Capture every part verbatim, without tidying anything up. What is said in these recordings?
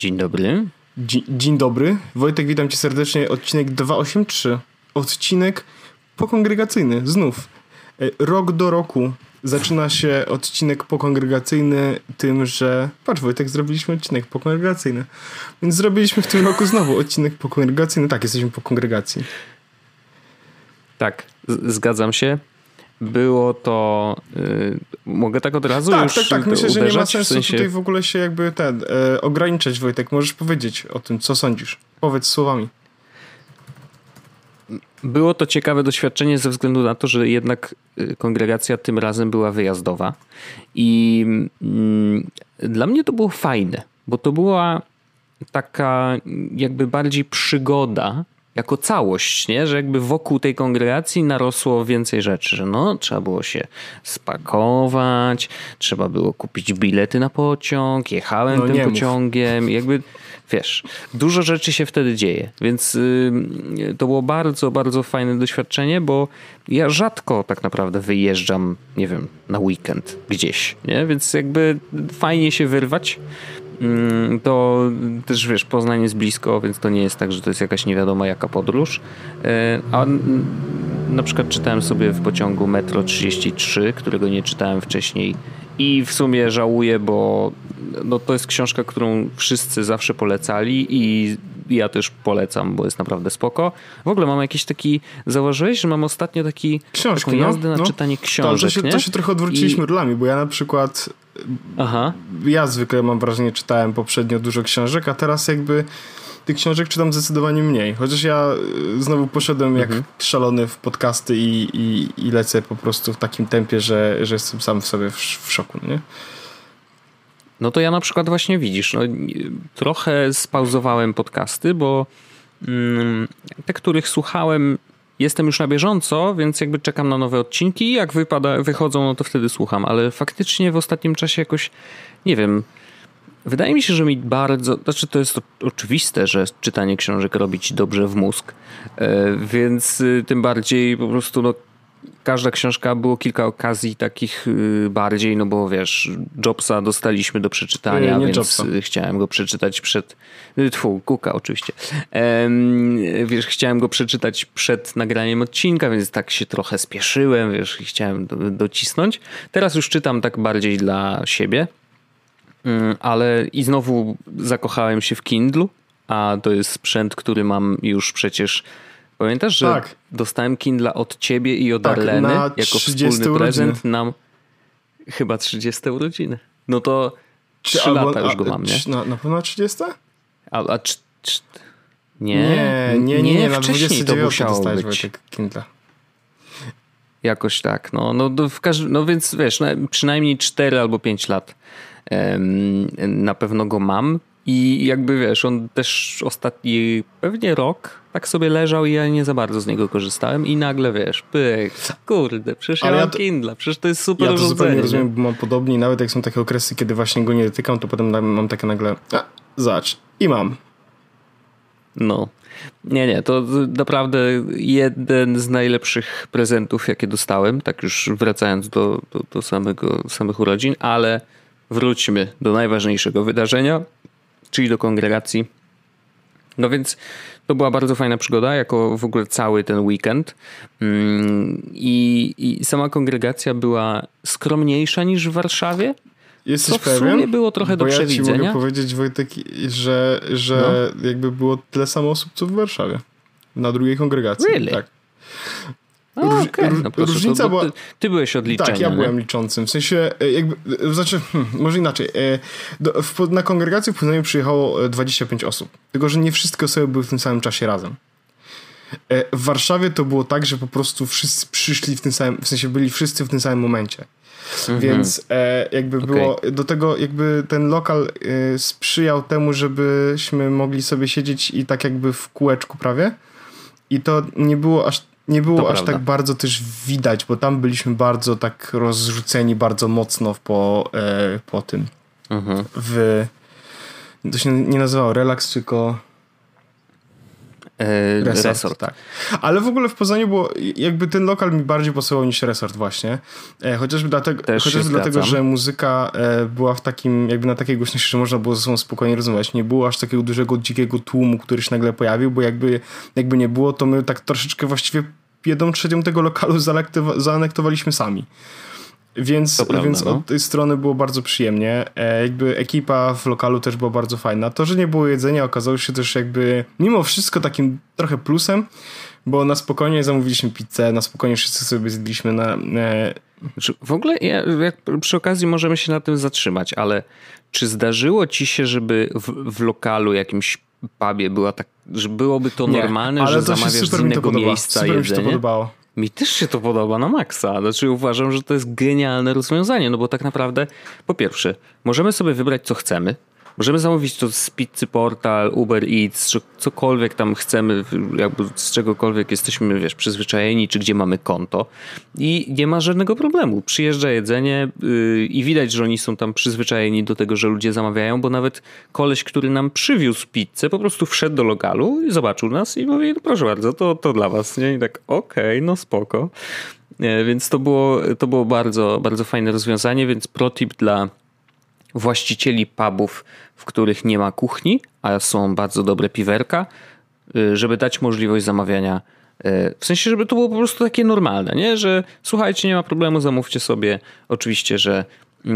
Dzień dobry. Dzie- Dzień dobry. Wojtek, witam cię serdecznie. Odcinek dwieście osiemdziesiąt trzy. Odcinek pokongregacyjny. Znów. Rok do roku zaczyna się odcinek pokongregacyjny tym, że... Patrz, Wojtek, zrobiliśmy odcinek pokongregacyjny. Więc zrobiliśmy w tym roku znowu odcinek pokongregacyjny. Tak, jesteśmy po kongregacji. Tak, z- zgadzam się. Było to... Yy, mogę tak od razu tak, już Tak, tak, myślę, że nie ma sensu w sensie... tutaj w ogóle się jakby ten e, ograniczać, Wojtek. Możesz powiedzieć o tym, co sądzisz. Powiedz słowami. Było to ciekawe doświadczenie ze względu na to, że jednak kongregacja tym razem była wyjazdowa i mm, dla mnie to było fajne, bo to była taka jakby bardziej przygoda jako całość, nie? Że jakby wokół tej kongregacji narosło więcej rzeczy, że no trzeba było się spakować, trzeba było kupić bilety na pociąg, jechałem no tym nie pociągiem, mów. jakby wiesz, dużo rzeczy się wtedy dzieje, więc yy, to było bardzo, bardzo fajne doświadczenie, bo ja rzadko tak naprawdę wyjeżdżam, nie wiem, na weekend gdzieś, nie? Więc jakby fajnie się wyrwać. To też wiesz, Poznań jest blisko, więc to nie jest tak, że to jest jakaś nie wiadoma jaka podróż. A na przykład czytałem sobie w pociągu Metro trzydzieści trzy, którego nie czytałem wcześniej i w sumie żałuję, bo no to jest książka, którą wszyscy zawsze polecali i ja też polecam, bo jest naprawdę spoko. W ogóle mam jakiś taki, zauważyłeś, że mam ostatnio taki Książki, taką jazdę no, na no. czytanie książek, to, to, się, nie? to się trochę odwróciliśmy I... rolami, bo ja na przykład Aha. ja zwykle mam wrażenie, czytałem poprzednio dużo książek, a teraz jakby tych książek czytam zdecydowanie mniej. Chociaż ja znowu poszedłem jak mhm. szalony w podcasty i, i, i lecę po prostu w takim tempie, że, że jestem sam w sobie w, w szoku, nie? No to ja na przykład właśnie widzisz, no, trochę spauzowałem podcasty, bo mm, te, których słuchałem, jestem już na bieżąco, więc jakby czekam na nowe odcinki i jak wypada, wychodzą, no to wtedy słucham, ale faktycznie w ostatnim czasie jakoś, nie wiem, wydaje mi się, że mi bardzo, znaczy to jest oczywiste, że czytanie książek robi ci dobrze w mózg, więc tym bardziej po prostu no każda książka, było kilka okazji takich bardziej, no bo wiesz, Jobsa dostaliśmy do przeczytania, nie, nie więc Jobsa. Chciałem go przeczytać przed... Tfu, Cooka oczywiście. Ehm, wiesz, chciałem go przeczytać przed nagraniem odcinka, więc tak się trochę spieszyłem, wiesz, i chciałem do, docisnąć. Teraz już czytam tak bardziej dla siebie, ale i znowu zakochałem się w Kindlu, a to jest sprzęt, który mam już przecież... Pamiętasz, że tak. dostałem Kindla od ciebie i od tak, Arleny jako wspólny prezent na chyba trzydzieste urodziny. No to trzy albo, lata już go mam, nie? Na, na pewno trzydzieste? A, a cz, cz, nie, nie, nie, nie, nie, na wcześniej to musiało być. Kindla. Jakoś tak, no, no, w każdym, no więc wiesz, no, przynajmniej cztery albo pięć lat um, na pewno go mam. I jakby wiesz, on też ostatni pewnie rok tak sobie leżał i ja nie za bardzo z niego korzystałem i nagle wiesz, pyk, kurde, przecież ja, ja mam to, Kindle, przecież to jest super urządzenie. Ja to zupełnie rozumiem, nie? bo mam podobnie, nawet jak są takie okresy, kiedy właśnie go nie dotykam, to potem mam takie nagle, a, zacz i mam. No, nie, nie, to naprawdę jeden z najlepszych prezentów, jakie dostałem, tak już wracając do, do, do samego, samych urodzin, ale wróćmy do najważniejszego wydarzenia, czyli do kongregacji. No więc to była bardzo fajna przygoda, jako w ogóle cały ten weekend. I, i sama kongregacja była skromniejsza niż w Warszawie. Jesteś to w pewien? sumie było trochę Bo do ja przewidzenia. Ja ci mogę powiedzieć, Wojtek, że, że no. jakby było tyle samo osób, co w Warszawie. Na drugiej kongregacji. Really? Tak. O, Róż, okay. no proszę, różnica to, była... Ty, ty byłeś od liczenia. Tak, ja nie? byłem liczącym. W sensie, jakby, znaczy, hmm, może inaczej. Do, w, na kongregację w Poznaniu przyjechało dwadzieścia pięć osób. Tylko, że nie wszystkie osoby były w tym samym czasie razem. W Warszawie to było tak, że po prostu wszyscy przyszli w tym samym, w sensie byli wszyscy w tym samym momencie. Mhm. Więc e, jakby okay. było, do tego jakby ten lokal e, sprzyjał temu, żebyśmy mogli sobie siedzieć i tak jakby w kółeczku prawie. I to nie było aż Nie było to aż prawda. tak bardzo też widać, bo tam byliśmy bardzo tak rozrzuceni bardzo mocno po, e, po tym. Mhm. W, to się nie nazywało relaks, tylko E, resort, resort, tak. Ale w ogóle w Poznaniu było, jakby ten lokal mi bardziej pasował niż resort właśnie. E, chociażby dlatego, chociażby dlatego że muzyka e, była w takim, jakby na takiej głośności, że można było ze sobą spokojnie rozmawiać. Nie było aż takiego dużego, dzikiego tłumu, który się nagle pojawił, bo jakby, jakby nie było, to my tak troszeczkę właściwie jedną trzecią tego lokalu zaanektowaliśmy sami. Więc, prawda, więc no. od tej strony było bardzo przyjemnie. E, jakby ekipa w lokalu też była bardzo fajna. To, że nie było jedzenia, okazało się też jakby mimo wszystko takim trochę plusem, bo na spokojnie zamówiliśmy pizzę, na spokojnie wszyscy sobie zjedliśmy na... E... W ogóle ja, jak przy okazji możemy się na tym zatrzymać, ale czy zdarzyło ci się, żeby w, w lokalu jakimś pubie była tak, że byłoby to nie, normalne, ale że to zamawiasz z innego miejsca super jedzenie? mi się to podobało. Mi też się to podoba na maksa. Znaczy uważam, że to jest genialne rozwiązanie, no bo tak naprawdę po pierwsze, możemy sobie wybrać co chcemy. Możemy zamówić to z Pizzy Portal, Uber Eats, czy cokolwiek tam chcemy, jakby z czegokolwiek jesteśmy, wiesz, przyzwyczajeni, czy gdzie mamy konto. I nie ma żadnego problemu. Przyjeżdża jedzenie yy, i widać, że oni są tam przyzwyczajeni do tego, że ludzie zamawiają, bo nawet koleś, który nam przywiózł pizzę, po prostu wszedł do lokalu i zobaczył nas i mówi, no proszę bardzo, to, to dla was. Nie? I tak, okej, okay, no spoko. Yy, więc to było, to było bardzo, bardzo fajne rozwiązanie, więc pro tip dla właścicieli pubów, w których nie ma kuchni, a są bardzo dobre piwerka, żeby dać możliwość zamawiania. W sensie, żeby to było po prostu takie normalne, nie? Że słuchajcie, nie ma problemu, zamówcie sobie. Oczywiście, że,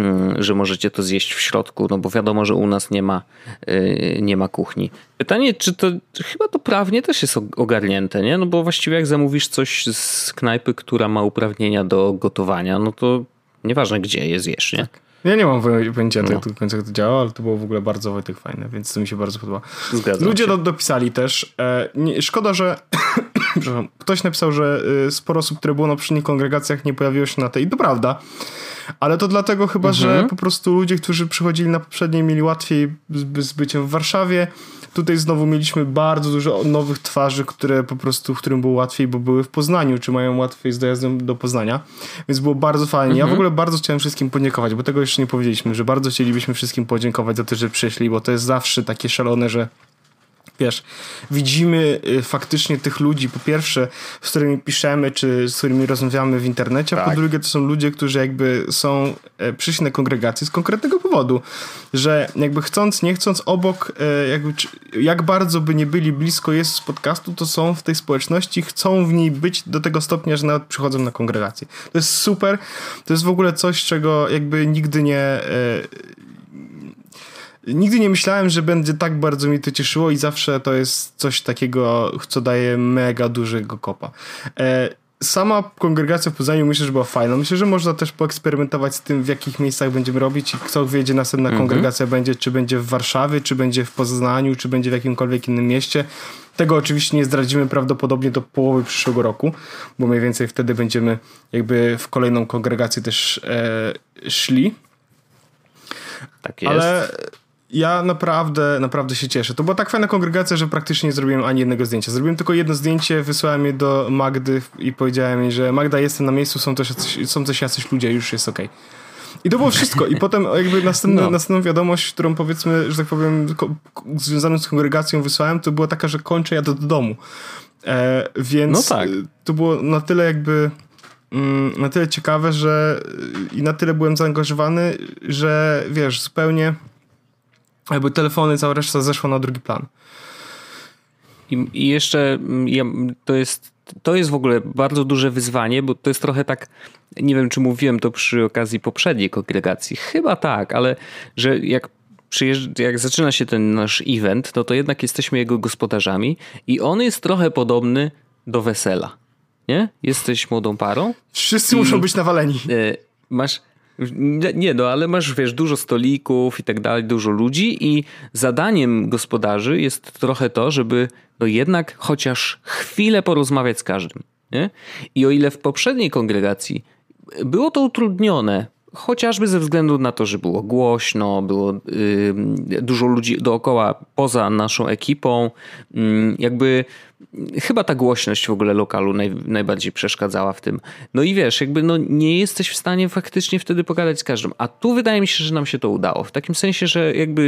że możecie to zjeść w środku, no bo wiadomo, że u nas nie ma, nie ma kuchni. Pytanie, czy to, chyba to prawnie też jest ogarnięte, nie? No bo właściwie jak zamówisz coś z knajpy, która ma uprawnienia do gotowania, no to nieważne gdzie je zjesz, nie? Tak. Ja nie mam pojęcia no. do końca, jak to działa, ale to było w ogóle bardzo Wojtek fajne, więc to mi się bardzo podoba. Zgadzam Ludzie się. Do, dopisali też. E, nie, szkoda, że przepraszam, ktoś napisał, że y, sporo osób, które było na poprzednich kongregacjach, nie pojawiło się na tej. I to prawda. Ale to dlatego chyba, mhm. że po prostu ludzie, którzy przychodzili na poprzednie, mieli łatwiej z, z byciem w Warszawie. Tutaj znowu mieliśmy bardzo dużo nowych twarzy, które po prostu, którym było łatwiej, bo były w Poznaniu, czy mają łatwiej z dojazdem do Poznania. Więc było bardzo fajnie. Mhm. Ja w ogóle bardzo chciałem wszystkim podziękować, bo tego jeszcze nie powiedzieliśmy, że bardzo chcielibyśmy wszystkim podziękować za to, że przyszli, bo to jest zawsze takie szalone, że wiesz, widzimy faktycznie tych ludzi, po pierwsze, z którymi piszemy, czy z którymi rozmawiamy w internecie, a tak. po drugie to są ludzie, którzy jakby są, przyszli na kongregację z konkretnego powodu, że jakby chcąc, nie chcąc, obok, jakby, jak bardzo by nie byli blisko Jezus podcastu, to są w tej społeczności, chcą w niej być do tego stopnia, że nawet przychodzą na kongregację. To jest super, to jest w ogóle coś, czego jakby nigdy nie... Nigdy nie myślałem, że będzie tak bardzo mi to cieszyło i zawsze to jest coś takiego, co daje mega dużego kopa. E, sama kongregacja w Poznaniu myślę, że była fajna. Myślę, że można też poeksperymentować z tym, w jakich miejscach będziemy robić i kto wie, gdzie następna mhm. kongregacja będzie, czy będzie w Warszawie, czy będzie w Poznaniu, czy będzie w jakimkolwiek innym mieście. Tego oczywiście nie zdradzimy prawdopodobnie do połowy przyszłego roku, bo mniej więcej wtedy będziemy jakby w kolejną kongregację też e, szli. Tak jest. Ale ja naprawdę, naprawdę się cieszę. To była tak fajna kongregacja, że praktycznie nie zrobiłem ani jednego zdjęcia. Zrobiłem tylko jedno zdjęcie, wysłałem je do Magdy i powiedziałem jej, że Magda, jestem na miejscu, są też jacyś, są też jacyś ludzie, już jest okej. Okay. I to było wszystko. I potem jakby następna, no. następną wiadomość, którą powiedzmy, że tak powiem, ko- związaną z kongregacją wysłałem, to była taka, że kończę, jadę do domu. E, więc no tak. To było na tyle jakby mm, na tyle ciekawe, że i na tyle byłem zaangażowany, że wiesz, zupełnie jakby telefony, cała reszta zeszła na drugi plan. I, i jeszcze ja, to jest to jest w ogóle bardzo duże wyzwanie, bo to jest trochę tak, nie wiem czy mówiłem to przy okazji poprzedniej kongregacji, chyba tak, ale że jak przyjeżdża, jak zaczyna się ten nasz event, no to jednak jesteśmy jego gospodarzami i on jest trochę podobny do wesela, nie? Jesteś młodą parą. Wszyscy i, muszą być nawaleni. Y, masz Nie, no ale masz, wiesz, dużo stolików i tak dalej, dużo ludzi i zadaniem gospodarzy jest trochę to, żeby no jednak chociaż chwilę porozmawiać z każdym, nie? I o ile w poprzedniej kongregacji było to utrudnione, chociażby ze względu na to, że było głośno, było yy, dużo ludzi dookoła poza naszą ekipą, yy, jakby chyba ta głośność w ogóle lokalu naj, najbardziej przeszkadzała w tym. No i wiesz, jakby no nie jesteś w stanie faktycznie wtedy pogadać z każdym. A tu wydaje mi się, że nam się to udało. W takim sensie, że jakby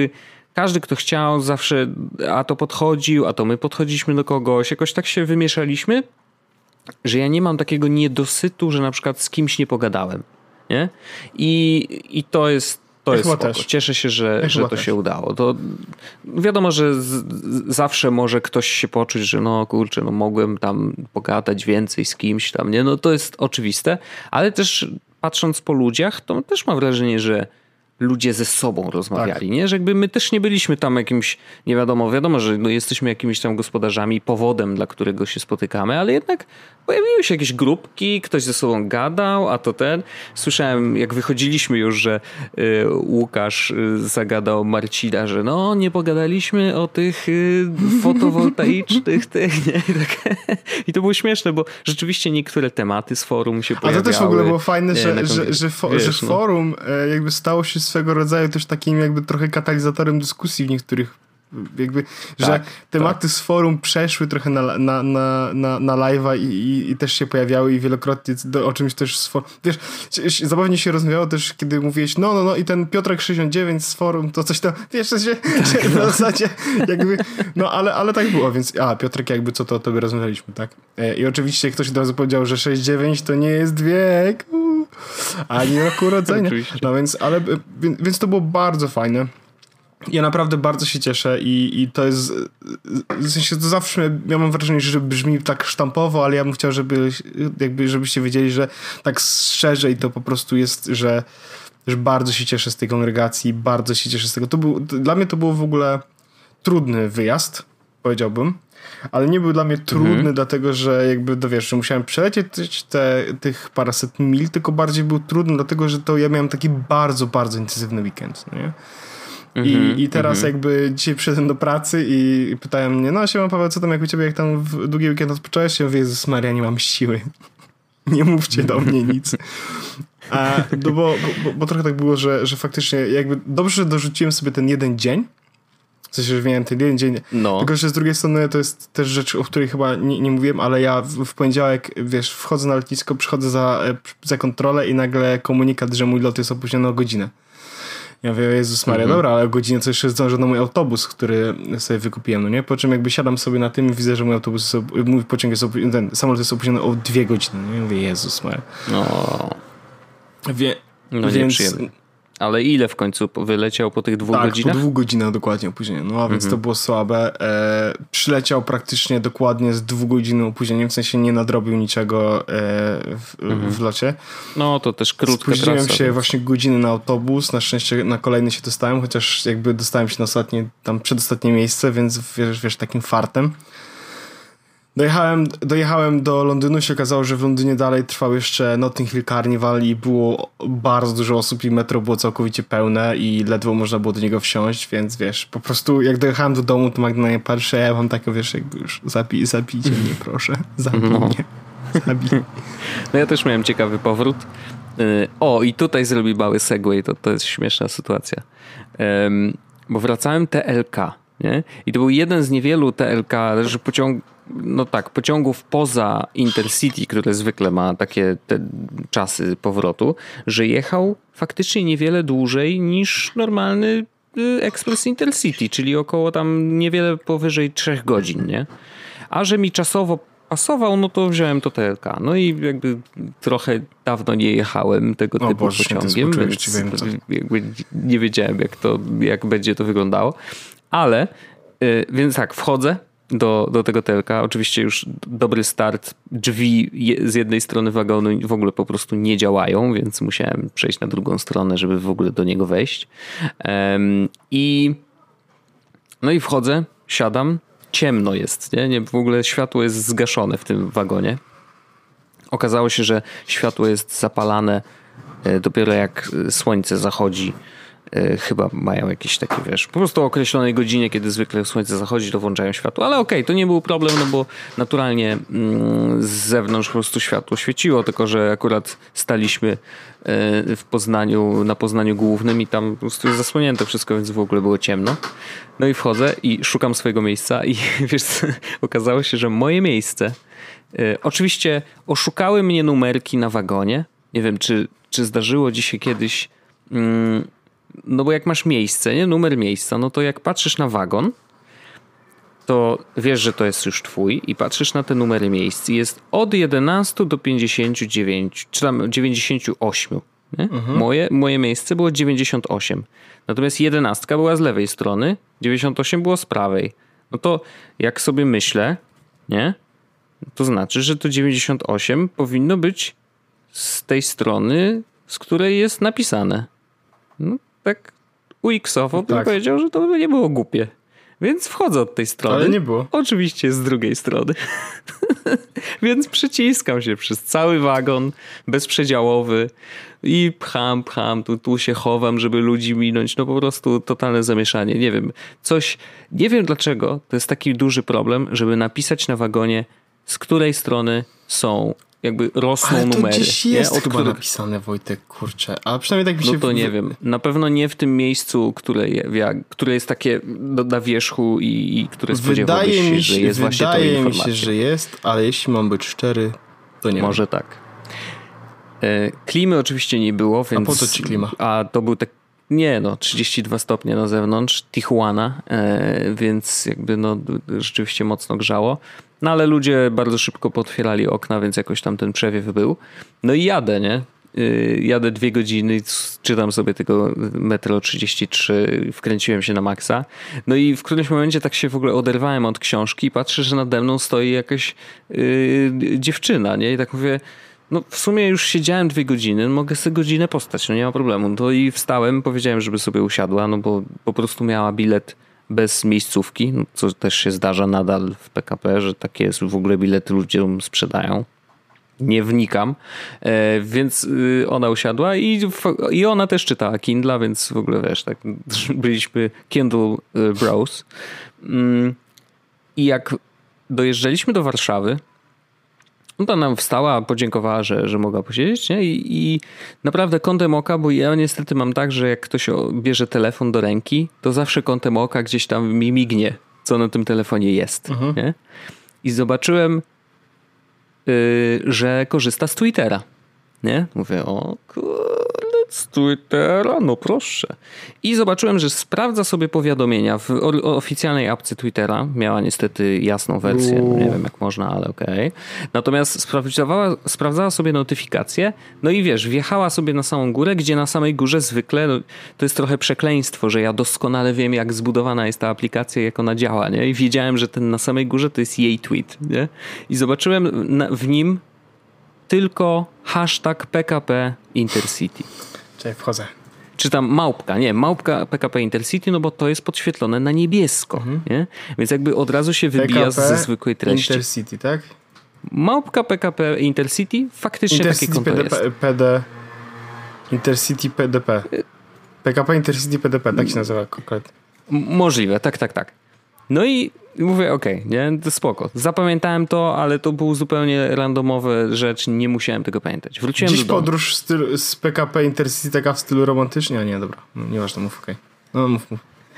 każdy, kto chciał, zawsze a to podchodził, a to my podchodziliśmy do kogoś. Jakoś tak się wymieszaliśmy, że ja nie mam takiego niedosytu, że na przykład z kimś nie pogadałem. Nie? I, i to jest To ja jest spoko. Też. Cieszę się, że, ja że to też. się udało. To wiadomo, że z, z, zawsze może ktoś się poczuć, że no kurczę, no mogłem tam pogadać więcej z kimś tam, nie? No to jest oczywiste, ale też patrząc po ludziach, to też mam wrażenie, że ludzie ze sobą rozmawiali, tak. nie? Że jakby my też nie byliśmy tam jakimś, nie wiadomo, wiadomo, że no jesteśmy jakimiś tam gospodarzami, powodem, dla którego się spotykamy, ale jednak pojawiły się jakieś grupki, ktoś ze sobą gadał, a to ten. Słyszałem, jak wychodziliśmy już, że y, Łukasz y, zagadał Marcina, że no nie pogadaliśmy o tych y, fotowoltaicznych tych, nie? I, tak, I to było śmieszne, bo rzeczywiście niektóre tematy z forum się pojawiały. A to też w ogóle było fajne, nie, że, że, że, fo, wiesz, że forum no. jakby stało się swego rodzaju też takim jakby trochę katalizatorem dyskusji w niektórych jakby, że tak, tematy tak. z forum przeszły trochę na, na, na, na, na live'a i, i, i też się pojawiały i wielokrotnie do, o czymś też z forum. Wiesz, zabawnie się rozmawiało też, kiedy mówiłeś, no, no, no i ten Piotrek sześćdziesiąt dziewięć z forum, to coś tam, wiesz, to się, się w zasadzie jakby, no ale, ale tak było, więc a, Piotrek jakby co to, to by rozmawialiśmy, tak? I oczywiście ktoś od razu powiedział, że sześćdziesiąt dziewięć to nie jest wiek, ani roku urodzenia. No więc, ale, więc to było bardzo fajne. Ja naprawdę bardzo się cieszę i, i to jest, w sensie to zawsze, ja mam wrażenie, że brzmi tak sztampowo, ale ja bym chciał, żeby, jakby, żebyście wiedzieli, że tak szerzej to po prostu jest, że, że bardzo się cieszę z tej kongregacji, bardzo się cieszę z tego. To był, to, dla mnie to był w ogóle trudny wyjazd, powiedziałbym, ale nie był dla mnie trudny, mhm. dlatego że jakby, no wiesz, że musiałem przelecieć te, tych paręset mil, tylko bardziej był trudny, dlatego że to ja miałem taki bardzo, bardzo intensywny weekend, no nie? I, mm-hmm, I teraz mm-hmm. jakby dzisiaj przyszedłem do pracy i, i pytałem mnie, no Siema Paweł, co tam jak u ciebie, jak tam w długi weekend odpocząłeś? Ja mówię, Jezus Maria, nie mam siły. Nie mówcie do mnie nic. A, no bo, bo, bo trochę tak było, że, że faktycznie jakby dobrze, że dorzuciłem sobie ten jeden dzień. W sensie, że miałem ten jeden dzień. No. Tylko, że z drugiej strony to jest też rzecz, o której chyba nie, nie mówiłem, ale ja w, w poniedziałek, wiesz, wchodzę na lotnisko, przychodzę za, za kontrolę i nagle komunikat, że mój lot jest opóźniony o godzinę. Ja mówię, Jezus Maria, mm-hmm. dobra, ale o godzinę coś jeszcze zdążę na mój autobus, który sobie wykupiłem, no nie? Po czym jakby siadam sobie na tym i widzę, że mój autobus, jest, mój pociąg jest opóźniony, ten samolot jest opóźniony o dwie godziny, no nie? Ja mówię, Jezus Maria. No, Wie, no więc... nieprzyjemnie. Ale ile w końcu wyleciał po tych dwóch tak, godzinach? po dwóch godzinach dokładnie opóźnienia. No a więc mm-hmm. to było słabe. E, przyleciał praktycznie dokładnie z dwugodzinnym opóźnieniem, w sensie nie nadrobił niczego e, w, mm-hmm. w locie. No to też krótka Spóźniłem trasa, się więc... właśnie godzinę na autobus. Na szczęście na kolejny się dostałem, chociaż jakby dostałem się na ostatnie, tam przedostatnie miejsce, więc wiesz, wiesz takim fartem. Dojechałem, dojechałem do Londynu, się okazało, że w Londynie dalej trwał jeszcze Notting Hill Carnival i było bardzo dużo osób i metro było całkowicie pełne i ledwo można było do niego wsiąść, więc wiesz, po prostu jak dojechałem do domu, to Magdalena patrzy, ja mam takie, wiesz, jakby już zabij, zabijcie mnie, proszę, zabij no. mnie, zabij. No ja też miałem ciekawy powrót. O, i tutaj zrobi mały segway, to, to jest śmieszna sytuacja. Um, bo wracałem T L K, nie? I to był jeden z niewielu T L K, że pociąg no tak, pociągów poza Intercity, które zwykle ma takie te czasy powrotu, że jechał faktycznie niewiele dłużej niż normalny ekspres Intercity, czyli około tam niewiele powyżej trzech godzin, nie? A że mi czasowo pasował, no to wziąłem to T L K. No i jakby trochę dawno nie jechałem tego typu Boże, pociągiem, więc jakby nie wiedziałem, jak to, jak będzie to wyglądało. Ale, yy, więc tak, wchodzę do, do tego T L K. Oczywiście już dobry start. Drzwi je, z jednej strony wagonu w ogóle po prostu nie działają, więc musiałem przejść na drugą stronę, żeby w ogóle do niego wejść. Um, I no i wchodzę, siadam. Ciemno jest, nie? nie? W ogóle światło jest zgaszone w tym wagonie. Okazało się, że światło jest zapalane dopiero jak słońce zachodzi. Chyba mają jakieś takie, wiesz, po prostu o określonej godzinie, kiedy zwykle słońce zachodzi, to włączają światło. Ale okej, okay, to nie był problem, no bo naturalnie mm, z zewnątrz po prostu światło świeciło, tylko że akurat staliśmy w Poznaniu, na Poznaniu Głównym i tam po prostu jest zasłonięte wszystko, więc w ogóle było ciemno. No i wchodzę i szukam swojego miejsca i wiesz, okazało się, że moje miejsce, y, oczywiście oszukały mnie numerki na wagonie. Nie wiem, czy, czy zdarzyło ci się kiedyś... Mm, no bo jak masz miejsce, nie, numer miejsca, no to jak patrzysz na wagon, to wiesz, że to jest już twój i patrzysz na te numery miejsc i jest od jedenastu do pięćdziesięciu dziewięciu, czy tam dziewięćdziesięciu ośmiu. Nie? Mhm. Moje, moje miejsce było dziewięćdziesiąt osiem. Natomiast jedenastka była z lewej strony, dziewięćdziesiąt osiem było z prawej. No to jak sobie myślę, nie? To znaczy, że to dziewięćdziesiąt osiem powinno być z tej strony, z której jest napisane. No tak U X-owo bym tak. powiedział, że to by nie było głupie. Więc wchodzę od tej strony. Ale nie było. Oczywiście z drugiej strony. Więc przyciskam się przez cały wagon bezprzedziałowy i pcham, pcham, tu, tu się chowam, żeby ludzi minąć. No po prostu totalne zamieszanie. Nie wiem, coś, nie wiem dlaczego to jest taki duży problem, żeby napisać na wagonie, z której strony są jakby rosną ale to numery. gdzieś jest nie? Od chyba których... napisane, Wojtek, kurczę. A przynajmniej tak mi się... No to nie wiem. Na pewno nie w tym miejscu, które, które jest takie na wierzchu i, i które spodziewałbyś się, mi że jest właśnie tą Wydaje mi informacją. się, że jest, ale jeśli mam być szczery, to nie Może wiem. tak. Klimy oczywiście nie było, więc... A po co ci klima? A to był tak... Nie no, trzydzieści dwa stopnie na zewnątrz, Tijuana, więc jakby no rzeczywiście mocno grzało. No ale ludzie bardzo szybko potwierali okna, więc jakoś tam ten przewiew był. No i jadę, nie? Jadę dwie godziny, czytam sobie tego Metro trzydzieści trzy, wkręciłem się na maksa. No i w którymś momencie tak się w ogóle oderwałem od książki i patrzę, że nade mną stoi jakaś yy, dziewczyna, nie? I tak mówię, no w sumie już siedziałem dwie godziny, mogę sobie godzinę postać, no nie ma problemu. To i wstałem, powiedziałem, żeby sobie usiadła, no bo po prostu miała bilet bez miejscówki, no, co też się zdarza nadal w P K P, że takie jest, w ogóle bilety ludziom sprzedają. Nie wnikam, e, więc y, ona usiadła i, i ona też czytała Kindla, więc w ogóle wiesz, tak byliśmy Kindle y, Bros. Mm, I jak dojeżdżaliśmy do Warszawy, no to nam wstała, podziękowała, że, że mogła posiedzieć, nie? I, i naprawdę kątem oka, bo ja niestety mam tak, że jak ktoś bierze telefon do ręki, to zawsze kątem oka gdzieś tam mi mignie, co na tym telefonie jest. Mhm. Nie? I zobaczyłem, yy, że korzysta z Twittera. Nie? Mówię, o kurde, z Twittera, no proszę. I zobaczyłem, że sprawdza sobie powiadomienia w oficjalnej apce Twittera. Miała niestety jasną wersję, no nie wiem jak można, ale okej. Okay. Natomiast sprawdzała, sprawdzała sobie notyfikacje, no i wiesz, wjechała sobie na samą górę, gdzie na samej górze zwykle, no, to jest trochę przekleństwo, że ja doskonale wiem, jak zbudowana jest ta aplikacja, jak ona działa, nie? I wiedziałem, że ten na samej górze to jest jej tweet, nie? I zobaczyłem na, w nim tylko hashtag P K P Intercity. Czekaj, wchodzę. Czy tam małpka, nie, małpka P K P Intercity, no bo to jest podświetlone na niebiesko, mhm. nie? Więc jakby od razu się wybija P K P ze zwykłej treści. Intercity, tak? Małpka P K P Intercity, faktycznie Intercity takie konto P D P, jest. P D, Intercity P D P. P K P Intercity P D P, tak się nazywa konkretnie. Możliwe, tak, tak, tak. No i mówię, okej, okay, nie, to spoko. Zapamiętałem to, ale to był zupełnie randomowa rzecz, nie musiałem tego pamiętać. Wróciłem Dziś do domu. podróż styl, z P K P Intercity taka w stylu romantycznym? A nie, dobra, no, nieważne, mów, okej. Okay. No mów, mów.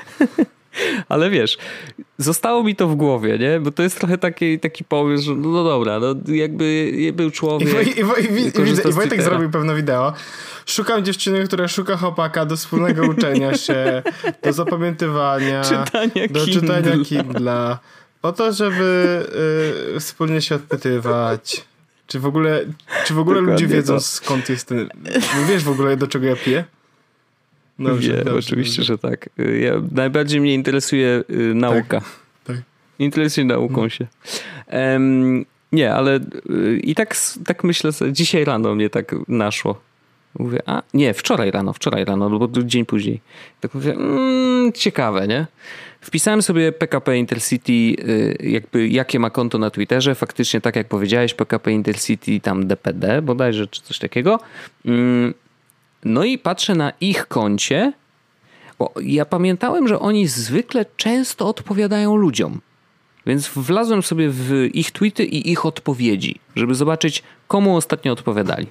Ale wiesz, zostało mi to w głowie, nie? Bo to jest trochę taki, taki pomysł, że no dobra, no jakby był człowiek... I, i, i, i, i, i Wojtek zrobił pewne wideo. Szukam dziewczyny, która szuka chłopaka do wspólnego uczenia się, do zapamiętywania, czytania do Kindle. czytania Kindla, po to, żeby y, wspólnie się odpytywać. Czy w ogóle, czy w ogóle ludzie wiedzą, to. skąd jest ten... Wiesz w ogóle, do czego ja piję? Dobrze, Wie, dobrze, oczywiście, dobrze. że tak. Ja, najbardziej mnie interesuje y, nauka. Tak, tak. Interesuje nauką no. się. Um, nie, ale y, i tak, tak myślę sobie, dzisiaj rano mnie tak naszło. Mówię, a nie, wczoraj rano, wczoraj rano, albo dzień później. Tak mówię, mm, ciekawe, nie? Wpisałem sobie P K P Intercity, y, jakby jakie ma konto na Twitterze. Faktycznie, tak jak powiedziałeś, P K P Intercity tam D P D bodajże, czy coś takiego. Mm, No i patrzę na ich koncie, bo ja pamiętałem, że oni zwykle często odpowiadają ludziom. Więc wlazłem sobie w ich tweety i ich odpowiedzi, żeby zobaczyć, komu ostatnio odpowiadali.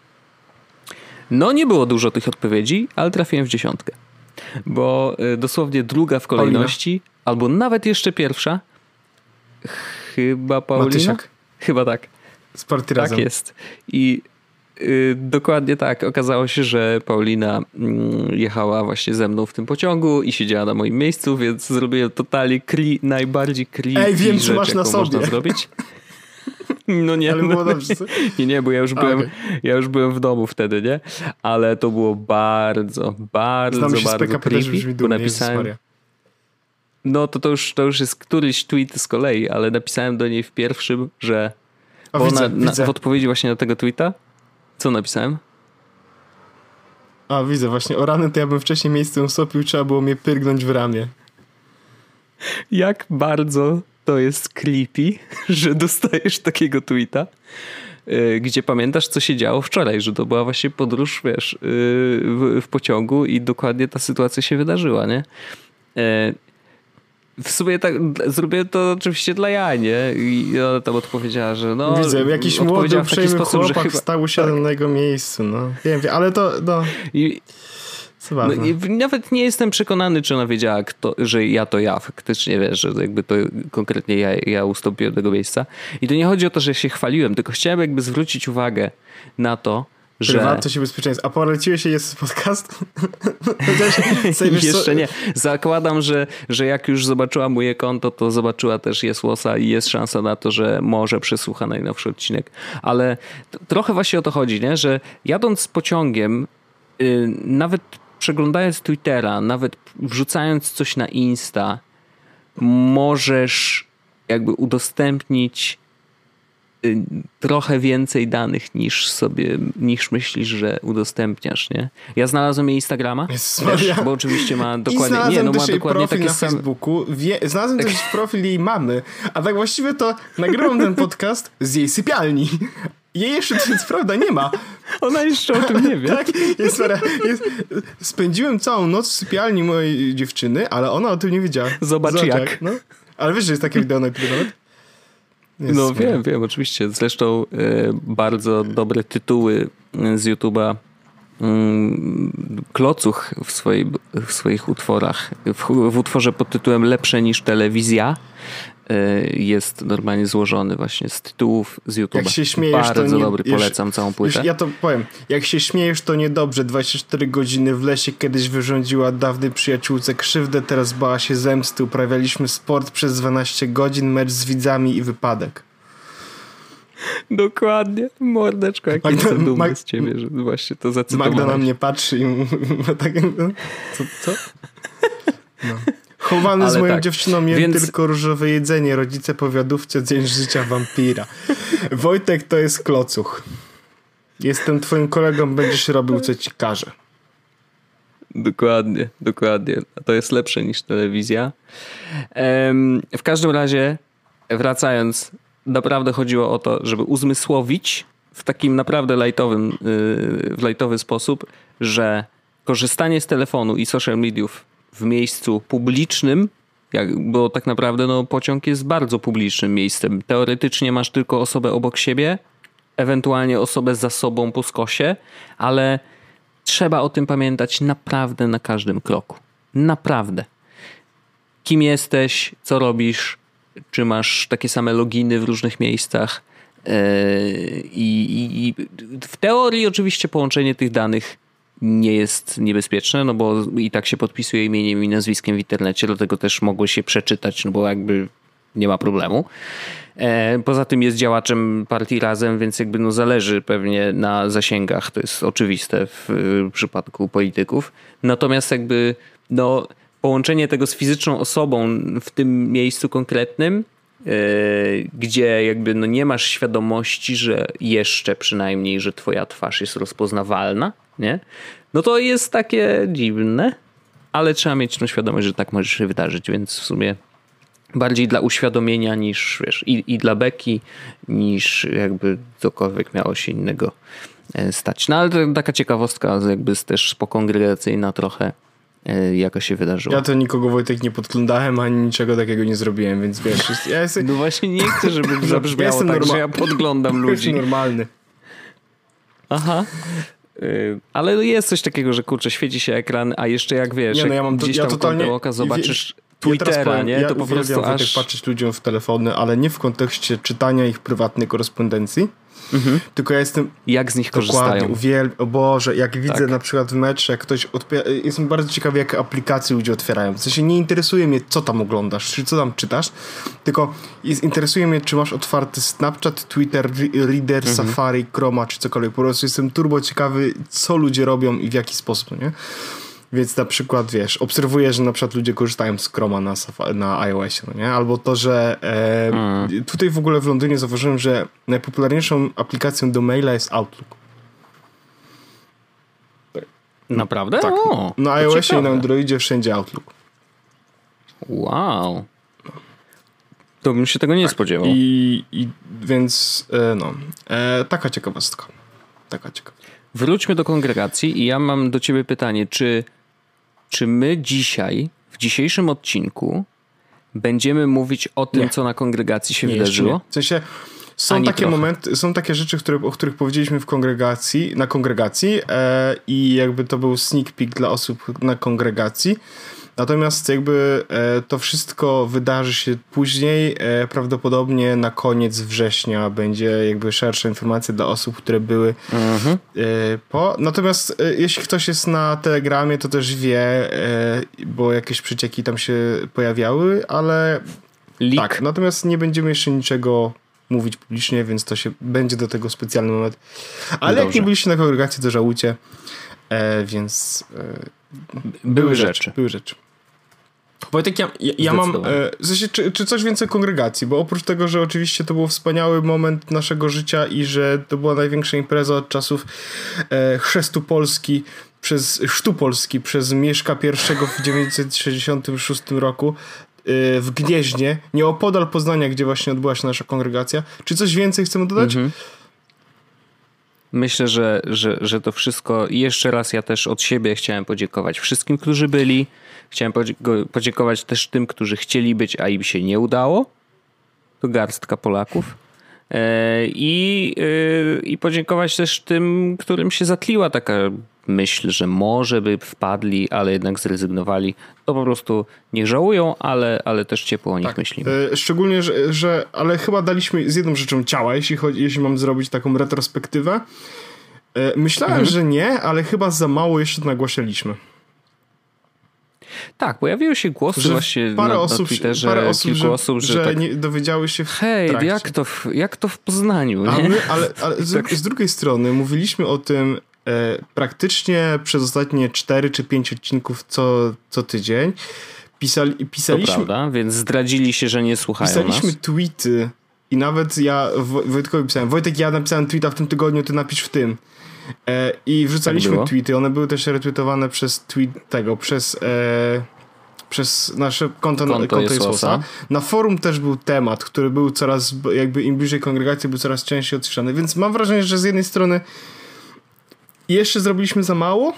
No nie było dużo tych odpowiedzi, ale trafiłem w dziesiątkę. Bo dosłownie druga w kolejności, Paulina. Albo nawet jeszcze pierwsza. Chyba Paulina? Matysiak. Chyba tak. Z Party Razem. Tak jest. I Yy, dokładnie tak. Okazało się, że Paulina yy, jechała właśnie ze mną w tym pociągu i siedziała na moim miejscu, więc zrobiłem totalnie cre- najbardziej creepy Ej, wiem, co rzecz, masz na jaką sobie. można zrobić. No nie, Ale było dobrze. nie, nie, bo ja już, A, byłem, okay. ja już byłem w domu wtedy, nie? Ale to było bardzo, bardzo, Znamy się bardzo z P K P, creepy, też brzmi bo dumnie, napisałem... Jezus Maria. No to, to, już, to już jest któryś tweet z kolei, ale napisałem do niej w pierwszym, że... O, bo widzę, na, na, widzę. w odpowiedzi właśnie na tego tweeta, co napisałem? A, widzę właśnie. O rany to ja bym wcześniej miejsce usopił, trzeba było mnie pyrgnąć w ramię. Jak bardzo to jest creepy, że dostajesz takiego tweeta, yy, gdzie pamiętasz, co się działo wczoraj, że to była właśnie podróż, wiesz, yy, w, w pociągu i dokładnie ta sytuacja się wydarzyła, nie? Yy, w sumie tak, zrobiłem to oczywiście dla jaj, nie? I ona tam odpowiedziała, że no... Widzę, jakiś młody, uprzejmy chłopak chyba... stał usiadł tak. na jego miejscu, no. Wiem, wiem, ale to... No. I, no, i nawet nie jestem przekonany, czy ona wiedziała, kto, że ja to ja faktycznie, wiesz, że jakby to konkretnie ja, ja ustąpiłem do tego miejsca. I to nie chodzi o to, że się chwaliłem, tylko chciałem jakby zwrócić uwagę na to, że... Prywatność i bezpieczeństwo. A poleciłeś się jest podcast? Jeszcze nie. Zakładam, że, że jak już zobaczyła moje konto, to zobaczyła też Jesłosa i jest szansa na to, że może przesłucha najnowszy odcinek. Ale t- trochę właśnie o to chodzi, nie? Że jadąc pociągiem, yy, nawet przeglądając Twittera, nawet wrzucając coś na Insta, możesz jakby udostępnić trochę więcej danych niż sobie, niż myślisz, że udostępniasz, nie? Ja znalazłem jej Instagrama, Jezus, też, bo oczywiście ma dokładnie, I nie, no ma też jej dokładnie profil takie na same... Facebooku, Wie, znalazłem też profil jej mamy, a tak właściwie to nagrywam ten podcast z jej sypialni. Jej jeszcze to jest prawda nie ma. Ona jeszcze o tym nie wie. Tak, jest, jest, spędziłem całą noc w sypialni mojej dziewczyny, ale ona o tym nie wiedziała. Zobacz, Zobacz jak. jak. No. Ale wiesz, że jest takie wideo na YouTube nawet? Jest no wiem, wiem, wiem, oczywiście. Zresztą y, bardzo dobre tytuły z YouTube'a y, Klocuch w, swojej, w swoich utworach. W, w utworze pod tytułem Lepsze niż telewizja y, jest normalnie złożony właśnie z tytułów z YouTube'a. Jak się śmiejesz, bardzo to nie, dobry, już, polecam całą płytę. Już ja to powiem. Jak się śmiejesz, to niedobrze. dwadzieścia cztery godziny w lesie kiedyś wyrządziła dawnej przyjaciółce krzywdę, teraz bała się zemsty. Uprawialiśmy sport przez dwanaście godzin, mecz z widzami i wypadek. Dokładnie. Mordeczko, jak Magda, jestem dumny Mag- z ciebie, że właśnie to zacytowałeś. Magda na mnie patrzy i ma tak... Co? co? No. Chowany Ale z moją tak. dziewczyną jem Więc... tylko różowe jedzenie. Rodzice powiadówce dzień życia wampira. Wojtek to jest klocuch. Jestem twoim kolegą, będziesz robił co ci każe. Dokładnie, dokładnie. To jest lepsze niż telewizja. Um, w każdym razie, wracając, naprawdę chodziło o to, żeby uzmysłowić w takim naprawdę lajtowym, yy, w lajtowy sposób, że korzystanie z telefonu i social mediów w miejscu publicznym, jak, bo tak naprawdę no, pociąg jest bardzo publicznym miejscem. Teoretycznie masz tylko osobę obok siebie, ewentualnie osobę za sobą po skosie, ale trzeba o tym pamiętać naprawdę na każdym kroku. Naprawdę. Kim jesteś, co robisz, czy masz takie same loginy w różnych miejscach. I, i, i w teorii oczywiście połączenie tych danych nie jest niebezpieczne, no bo i tak się podpisuje imieniem i nazwiskiem w internecie, dlatego też mogło się przeczytać, no bo jakby nie ma problemu. Poza tym jest działaczem partii Razem, więc jakby no zależy pewnie na zasięgach, to jest oczywiste w przypadku polityków. Natomiast jakby no połączenie tego z fizyczną osobą w tym miejscu konkretnym, Yy, gdzie jakby no nie masz świadomości, że jeszcze przynajmniej, że twoja twarz jest rozpoznawalna, nie? No to jest takie dziwne, ale trzeba mieć tą świadomość, że tak może się wydarzyć, więc w sumie bardziej dla uświadomienia niż, wiesz, i, i dla beki, niż jakby cokolwiek miało się innego stać. No ale to taka ciekawostka jakby też pokongregacyjna trochę, jaka się wydarzyło. Ja to nikogo, Wojtek, nie podglądałem, ani niczego takiego nie zrobiłem, więc wiesz... Ja jestem... No właśnie nie chcę, żeby zabrzmiało ja tak, norma... że ja podglądam ludzi. Jestem normalny. Aha. Ale jest coś takiego, że kurczę, świeci się ekran, a jeszcze jak wiesz, nie, no ja mam to, gdzieś tam ja totalnie... oka zobaczysz Twittera, ja powiem, nie? Ja to po prostu aż... aż... patrzeć ludziom w telefony, ale nie w kontekście czytania ich prywatnej korespondencji, mhm. tylko ja jestem... Jak z nich korzystają. Uwiel... O Boże, jak widzę tak. na przykład w mecz, jak ktoś odpiera... Jestem bardzo ciekawy, jakie aplikacje ludzie otwierają. W sensie nie interesuje mnie, co tam oglądasz, czy co tam czytasz, tylko jest, interesuje mnie, czy masz otwarty Snapchat, Twitter, Reader, mhm. Safari, Chroma, czy cokolwiek. Po prostu jestem turbo ciekawy, co ludzie robią i w jaki sposób, nie? Więc na przykład, wiesz, obserwuję, że na przykład ludzie korzystają z Chroma na, na iOSie, no nie? Albo to, że e, mm. tutaj w ogóle w Londynie zauważyłem, że najpopularniejszą aplikacją do maila jest Outlook. Naprawdę? Tak. O, na iOSie i na Androidzie wszędzie Outlook. Wow. To bym się tego nie tak. spodziewał. I, i więc, e, no, e, taka ciekawostka. Taka ciekawostka. Wróćmy do kongregacji i ja mam do ciebie pytanie, czy Czy my dzisiaj, w dzisiejszym odcinku będziemy mówić o tym, nie. co na kongregacji się nie, wydarzyło? W sensie są takie trochę. momenty, są takie rzeczy, które, o których powiedzieliśmy w kongregacji, na kongregacji e, i jakby to był sneak peek dla osób na kongregacji. Natomiast jakby e, to wszystko wydarzy się później, e, prawdopodobnie na koniec września będzie jakby szersza informacja dla osób, które były mhm. e, po. Natomiast e, jeśli ktoś jest na Telegramie, to też wie, e, bo jakieś przecieki tam się pojawiały, ale Leak. tak, natomiast nie będziemy jeszcze niczego mówić publicznie, więc to się będzie do tego specjalny moment. Ale Dobrze. jak nie byliście na kongregacji, to żałujcie, e, więc e, były, były rzeczy. rzeczy. Były rzeczy. Wojtek, ja, ja, ja mam... E, w sensie, czy, czy coś więcej kongregacji? Bo oprócz tego, że oczywiście to był wspaniały moment naszego życia i że to była największa impreza od czasów e, chrztu Polski przez chrztu Polski przez Mieszka I w tysiąc dziewięćset sześćdziesiątym szóstym roku e, w Gnieźnie, nieopodal Poznania, gdzie właśnie odbyła się nasza kongregacja. Czy coś więcej chcemy dodać? Mhm. Myślę, że, że, że to wszystko. I jeszcze raz ja też od siebie chciałem podziękować wszystkim, którzy byli. Chciałem podziękować też tym, którzy chcieli być, a im się nie udało. To garstka Polaków. I, i podziękować też tym, którym się zatliła taka myśl, że może by wpadli, ale jednak zrezygnowali. To po prostu niech żałują, ale, ale też ciepło o nich tak, myślimy. Szczególnie, że, że ale chyba daliśmy z jedną rzeczą ciała, jeśli, chodzi, jeśli mam zrobić taką retrospektywę. Myślałem, mhm. że nie, ale chyba za mało jeszcze to nagłaśnialiśmy. Tak, pojawiły się głosy że właśnie parę na, osób, na Twitterze, parę osób, kilku że, osób, że, że tak, nie dowiedziały się w hej, trakcie. jak to w, jak to w Poznaniu, nie? A my, ale, ale z, tak. z drugiej strony mówiliśmy o tym e, praktycznie przez ostatnie cztery czy pięć odcinków co, co tydzień. Pisali, pisaliśmy, to prawda, więc zdradzili się, że nie słuchają pisaliśmy nas. tweety i nawet ja Wojtkowi pisałem, Wojtek, ja napisałem tweeta w tym tygodniu, ty napisz w tym. E, I wrzucaliśmy tak tweety, one były też retweetowane przez tweet tego, przez... E, przez nasze konto, konto, konto Jezusa. Na forum też był temat, który był coraz, jakby im bliżej kongregacji, był coraz częściej odsłyszany, więc mam wrażenie, że z jednej strony jeszcze zrobiliśmy za mało,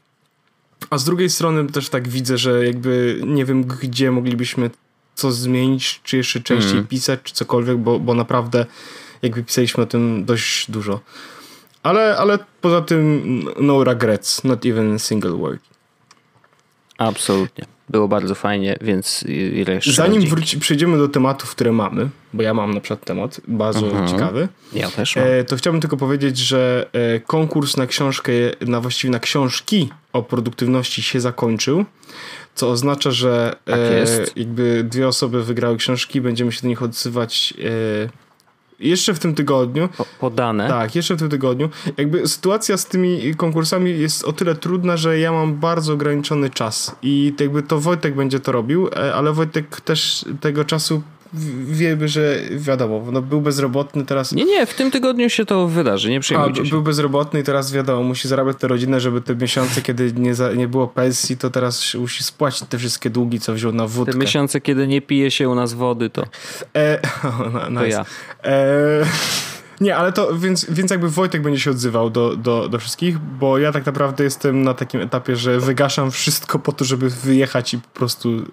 a z drugiej strony też tak widzę, że jakby nie wiem, gdzie moglibyśmy co zmienić, czy jeszcze częściej mm. pisać, czy cokolwiek, bo, bo naprawdę jakby pisaliśmy o tym dość dużo. Ale, ale poza tym no regrets, not even a single word. Absolutnie. Było bardzo fajnie, więc ile jeszcze Zanim wróci, przejdziemy do tematów, które mamy, bo ja mam na przykład temat bardzo mhm. ciekawy. Ja też mam. E, to chciałbym tylko powiedzieć, że e, konkurs na książkę, na właściwie na książki o produktywności się zakończył, co oznacza, że e, tak jest. jakby dwie osoby wygrały książki, będziemy się do nich odsyłać e, jeszcze w tym tygodniu. Po, podane. Tak, jeszcze w tym tygodniu. Jakby sytuacja z tymi konkursami jest o tyle trudna, że ja mam bardzo ograniczony czas i jakby to Wojtek będzie to robił, ale Wojtek też tego czasu wiemy, że wiadomo, no był bezrobotny teraz. Nie, nie, w tym tygodniu się to wydarzy, nie przejmujcie A, się. Był bezrobotny i teraz wiadomo, musi zarabiać tę rodzinę, żeby te miesiące, kiedy nie, za, nie było pensji, to teraz musi spłacić te wszystkie długi, co wziął na wódkę. Te miesiące, kiedy nie pije się u nas wody, to e, oh, no, nice. to ja. E, nie, ale to, więc, więc jakby Wojtek będzie się odzywał do, do, do wszystkich, bo ja tak naprawdę jestem na takim etapie, że wygaszam wszystko po to, żeby wyjechać i po prostu e,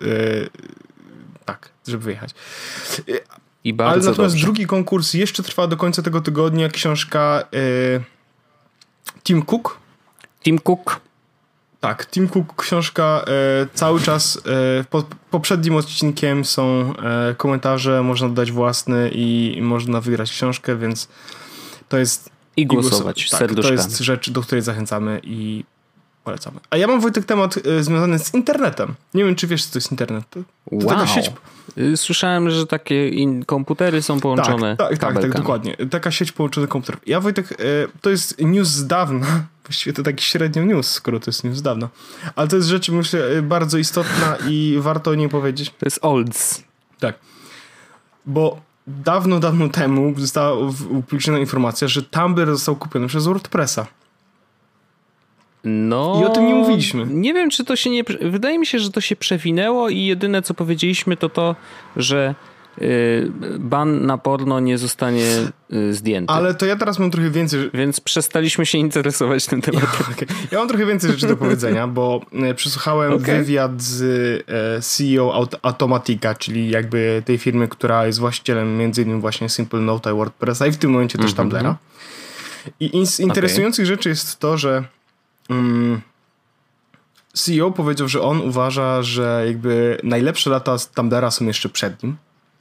tak, żeby wyjechać. I bardzo Ale natomiast dobrze. drugi konkurs jeszcze trwa do końca tego tygodnia. Książka e, Tim Cook. Tim Cook. Tak, Tim Cook książka e, cały czas e, pod poprzednim odcinkiem są e, komentarze, można dodać własny i można wygrać książkę, więc to jest... I głosować i głosować. serduszkami. Tak, to jest rzecz, do której zachęcamy i polecamy. A ja mam, Wojtek, temat e, związany z internetem. Nie wiem, czy wiesz, co to jest internet. To, to wow. taka sieć... Słyszałem, że takie in- komputery są połączone Tak, tak, tak, kabelkami. tak, dokładnie. Taka sieć połączonych komputerów. Ja, Wojtek, e, to jest news z dawna. Właściwie to taki średnio news, skoro to jest news z dawna. Ale to jest rzecz, myślę, bardzo istotna i warto o niej powiedzieć. To jest olds. Tak. Bo dawno, dawno temu została upubliczniona informacja, że Tumblr został kupiony przez WordPressa. No, i o tym nie mówiliśmy. Nie wiem, czy to się nie... Wydaje mi się, że to się przewinęło i jedyne, co powiedzieliśmy, to to, że y, ban na porno nie zostanie y, zdjęty. Ale to ja teraz mam trochę więcej... Więc przestaliśmy się interesować tym tematem. Ja, okay. ja mam trochę więcej rzeczy do powiedzenia, bo y, przesłuchałem okay. wywiad z y, C E O Aut- Automatica, czyli jakby tej firmy, która jest właścicielem między innymi właśnie Simple Note i WordPressa i w tym momencie też mm-hmm. Tumblra. I in- interesujących okay. rzeczy jest to, że C E O powiedział, że on uważa, że jakby najlepsze lata z Tumblra są jeszcze przed nim.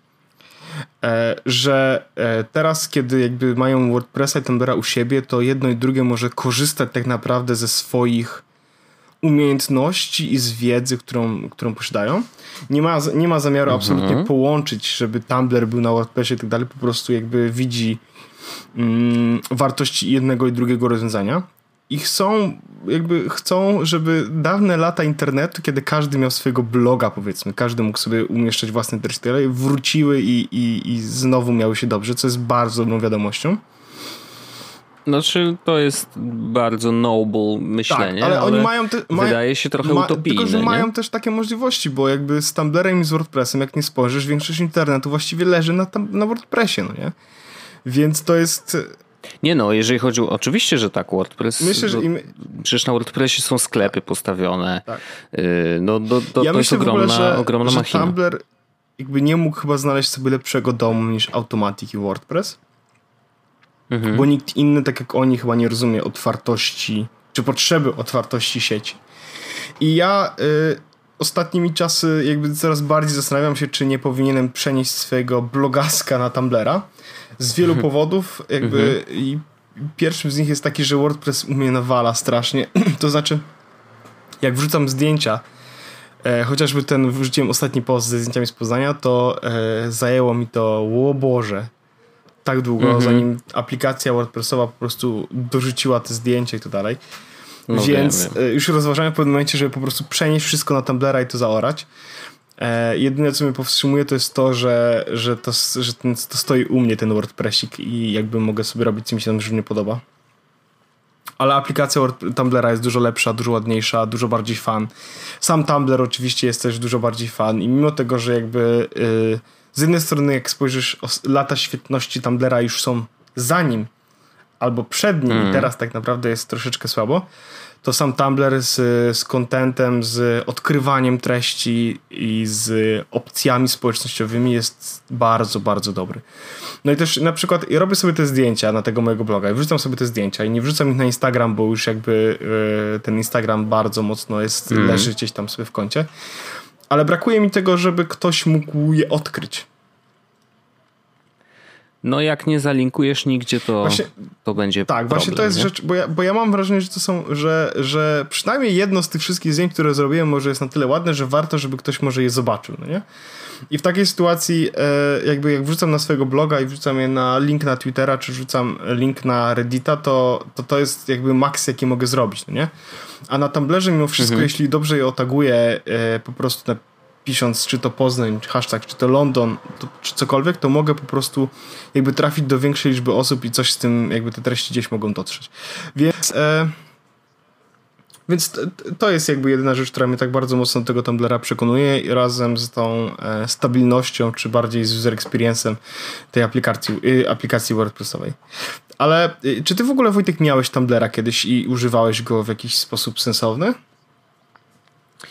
E, że e, teraz, kiedy jakby mają WordPressa i Tumblra u siebie, to jedno i drugie może korzystać tak naprawdę ze swoich umiejętności i z wiedzy, którą, którą posiadają. Nie ma, nie ma zamiaru mhm. absolutnie połączyć, żeby Tumblr był na WordPressie i tak dalej. Po prostu jakby widzi mm, wartości jednego i drugiego rozwiązania. I chcą, jakby chcą, żeby dawne lata internetu, kiedy każdy miał swojego bloga, powiedzmy, każdy mógł sobie umieszczać własne treści, wróciły i, i, i znowu miały się dobrze, co jest bardzo dobrą wiadomością. Znaczy, to jest bardzo noble myślenie, tak, ale, ale oni mają te, mają, wydaje się trochę ma, utopijne. Tylko, że nie? mają też takie możliwości, bo jakby z Tumblrem i z WordPressem, jak nie spojrzysz, większość internetu właściwie leży na, tam, na WordPressie, no nie? Więc to jest... Nie no, jeżeli chodzi o... Oczywiście, że tak, WordPress... Myślę, że... Im... Przecież na WordPressie są sklepy postawione. Tak. No do, do, ja to myślę jest ogromna, w ogóle, że, ogromna że machina. Tumblr jakby nie mógł chyba znaleźć sobie lepszego domu niż Automatic i WordPress. Mhm. Bo nikt inny, tak jak oni, chyba nie rozumie otwartości, czy potrzeby otwartości sieci. I ja y, ostatnimi czasy jakby coraz bardziej zastanawiam się, czy nie powinienem przenieść swojego blogaska na Tumblra. Z wielu mhm. powodów. Jakby mhm. i pierwszym z nich jest taki, że WordPress u mnie nawala strasznie. To znaczy, jak wrzucam zdjęcia, e, chociażby ten wrzuciłem ostatni post ze zdjęciami z Poznania, to e, zajęło mi to, o Boże, tak długo, mhm. zanim aplikacja WordPressowa po prostu dorzuciła te zdjęcia i tak dalej. No Więc wiem, wiem. już rozważałem w pewnym momencie, żeby po prostu przenieść wszystko na Tumblra i to zaorać. E, jedyne, co mnie powstrzymuje, to jest to, że, że, to, że ten, to stoi u mnie ten WordPressik i jakby mogę sobie robić, co mi się tam żywnie podoba. Ale aplikacja Tumblra jest dużo lepsza, dużo ładniejsza, dużo bardziej fan. Sam Tumblr oczywiście jest też dużo bardziej fan i mimo tego, że jakby yy, z jednej strony jak spojrzysz, lata świetności Tumblra już są za nim albo przed nim mm. i teraz tak naprawdę jest troszeczkę słabo, to sam Tumblr z, z contentem, z odkrywaniem treści i z opcjami społecznościowymi jest bardzo, bardzo dobry. No i też na przykład ja robię sobie te zdjęcia na tego mojego bloga i wrzucam sobie te zdjęcia i nie wrzucam ich na Instagram, bo już jakby yy, ten Instagram bardzo mocno jest, mm. leży gdzieś tam sobie w kącie. Ale brakuje mi tego, żeby ktoś mógł je odkryć. No jak nie zalinkujesz nigdzie, to, właśnie, to będzie tak, problem. Tak, właśnie to jest nie? rzecz, bo ja, bo ja mam wrażenie, że to są, że, że przynajmniej jedno z tych wszystkich zdjęć, które zrobiłem, może jest na tyle ładne, że warto, żeby ktoś może je zobaczył, no nie? I w takiej sytuacji e, jakby jak wrzucam na swojego bloga i wrzucam je na link na Twittera, czy wrzucam link na Reddita, to to, to jest jakby maks, jaki mogę zrobić, no nie? A na Tumblrze mimo wszystko, mhm. jeśli dobrze je otaguję e, po prostu na pisząc czy to Poznań, hashtag, czy to London, to, czy cokolwiek, to mogę po prostu jakby trafić do większej liczby osób i coś z tym, jakby te treści gdzieś mogą dotrzeć. Więc e, więc to, to jest jakby jedyna rzecz, która mnie tak bardzo mocno do tego Tumblra przekonuje razem z tą e, stabilnością, czy bardziej z user experience'em tej aplikacji, y, aplikacji WordPressowej. Ale y, czy ty w ogóle, Wojtek, miałeś Tumblra kiedyś i używałeś go w jakiś sposób sensowny?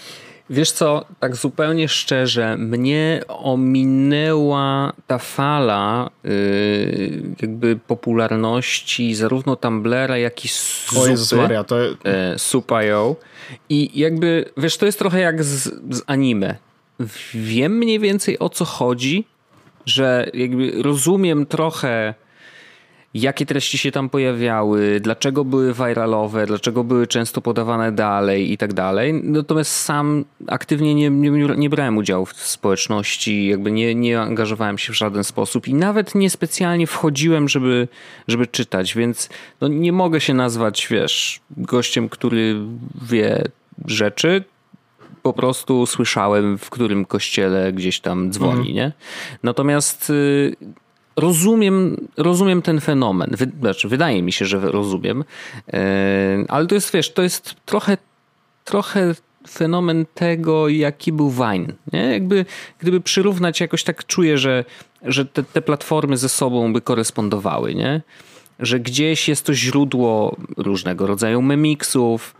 Wiesz co, tak zupełnie szczerze, mnie ominęła ta fala yy, jakby popularności zarówno Tumblera, jak i Supy. O Jezus Maria, to... Yy, Sup.io. I jakby, wiesz, to jest trochę jak z, z anime. Wiem mniej więcej o co chodzi, że jakby rozumiem trochę, jakie treści się tam pojawiały, dlaczego były viralowe, dlaczego były często podawane dalej i tak dalej. Natomiast sam aktywnie nie, nie, nie brałem udziału w społeczności, jakby nie, nie angażowałem się w żaden sposób i nawet niespecjalnie wchodziłem, żeby, żeby czytać, więc no nie mogę się nazwać, wiesz, gościem, który wie rzeczy. Po prostu słyszałem, w którym kościele gdzieś tam dzwoni, mm. nie? Natomiast y, rozumiem, rozumiem ten fenomen. Wy, znaczy, wydaje mi się, że rozumiem. Y, ale to jest, wiesz, to jest trochę, trochę fenomen tego, jaki był Vine, nie? Jakby, gdyby przyrównać, jakoś tak czuję, że, że te, te platformy ze sobą by korespondowały, nie? Że gdzieś jest to źródło różnego rodzaju memiksów,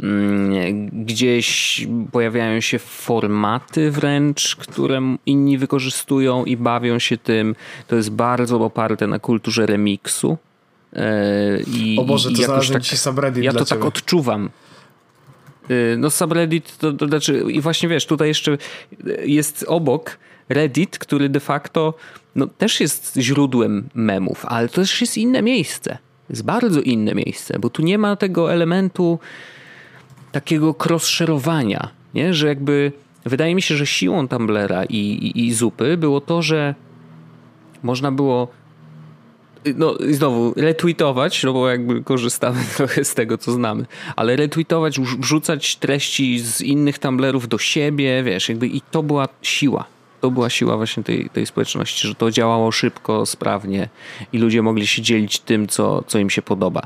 gdzieś pojawiają się formaty wręcz, które inni wykorzystują i bawią się tym. To jest bardzo oparte na kulturze remiksu. I, o Boże, to znalazłem tak, ci subreddit ja to dla tak ciebie. odczuwam. No subreddit to, to znaczy i właśnie wiesz, tutaj jeszcze jest obok Reddit, który de facto no, też jest źródłem memów, ale to też jest inne miejsce. Jest bardzo inne miejsce, bo tu nie ma tego elementu takiego cross-share'owania, nie? Że jakby wydaje mi się, że siłą Tumblera i, i, i Zupy było to, że można było no znowu retweetować, no bo jakby korzystamy trochę z tego, co znamy, ale retweetować, wrzucać treści z innych Tumblerów do siebie, wiesz, jakby i to była siła. To była siła właśnie tej, tej społeczności, że to działało szybko, sprawnie i ludzie mogli się dzielić tym, co, co im się podoba.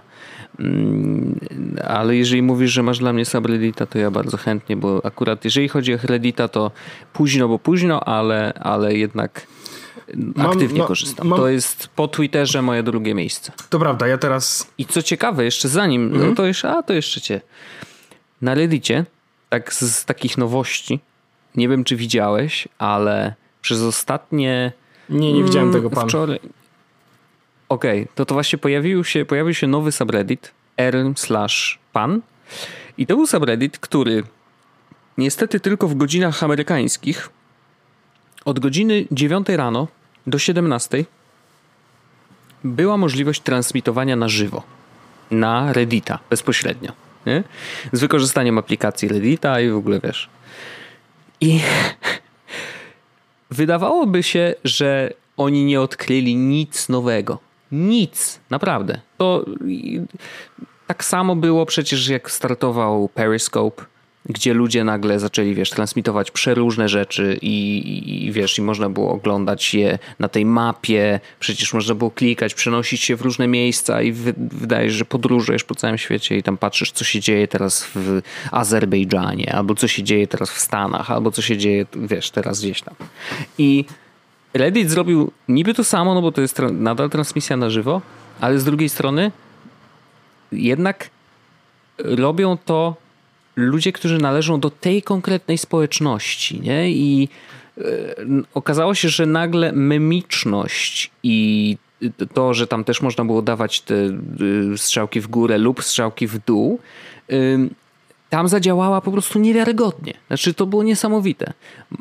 Ale jeżeli mówisz, że masz dla mnie subreddita, to ja bardzo chętnie, bo akurat jeżeli chodzi o Reddita, to późno, bo późno, ale, ale jednak aktywnie mam, korzystam. Mam... To jest po Twitterze moje drugie miejsce. To prawda, ja teraz... I co ciekawe, jeszcze zanim, mhm. no to jeszcze, a to jeszcze cię. Na Reddicie, tak z, z takich nowości, nie wiem czy widziałeś, ale przez ostatnie... Nie, nie widziałem tego pana. Wczoraj... Okej, okay, to to właśnie pojawił się, pojawił się nowy subreddit r slash pan i to był subreddit, który niestety tylko w godzinach amerykańskich od godziny dziewiątej rano do siedemnastej była możliwość transmitowania na żywo na Reddita bezpośrednio, nie? Z wykorzystaniem aplikacji Reddita i w ogóle wiesz. I wydawałoby się, że oni nie odkryli nic nowego. Nic, naprawdę. To tak samo było przecież jak startował Periscope, gdzie ludzie nagle zaczęli, wiesz, transmitować przeróżne rzeczy i, i, i wiesz, i można było oglądać je na tej mapie, przecież można było klikać, przenosić się w różne miejsca i wy, wydaje się, że podróżujesz po całym świecie i tam patrzysz, co się dzieje teraz w Azerbejdżanie, albo co się dzieje teraz w Stanach, albo co się dzieje, wiesz, teraz gdzieś tam. I Reddit zrobił niby to samo, no bo to jest tra- nadal transmisja na żywo, ale z drugiej strony jednak robią to ludzie, którzy należą do tej konkretnej społeczności, nie? I e, okazało się, że nagle memiczność i to, że tam też można było dawać te strzałki w górę lub strzałki w dół, e, tam zadziałała po prostu niewiarygodnie. Znaczy to było niesamowite.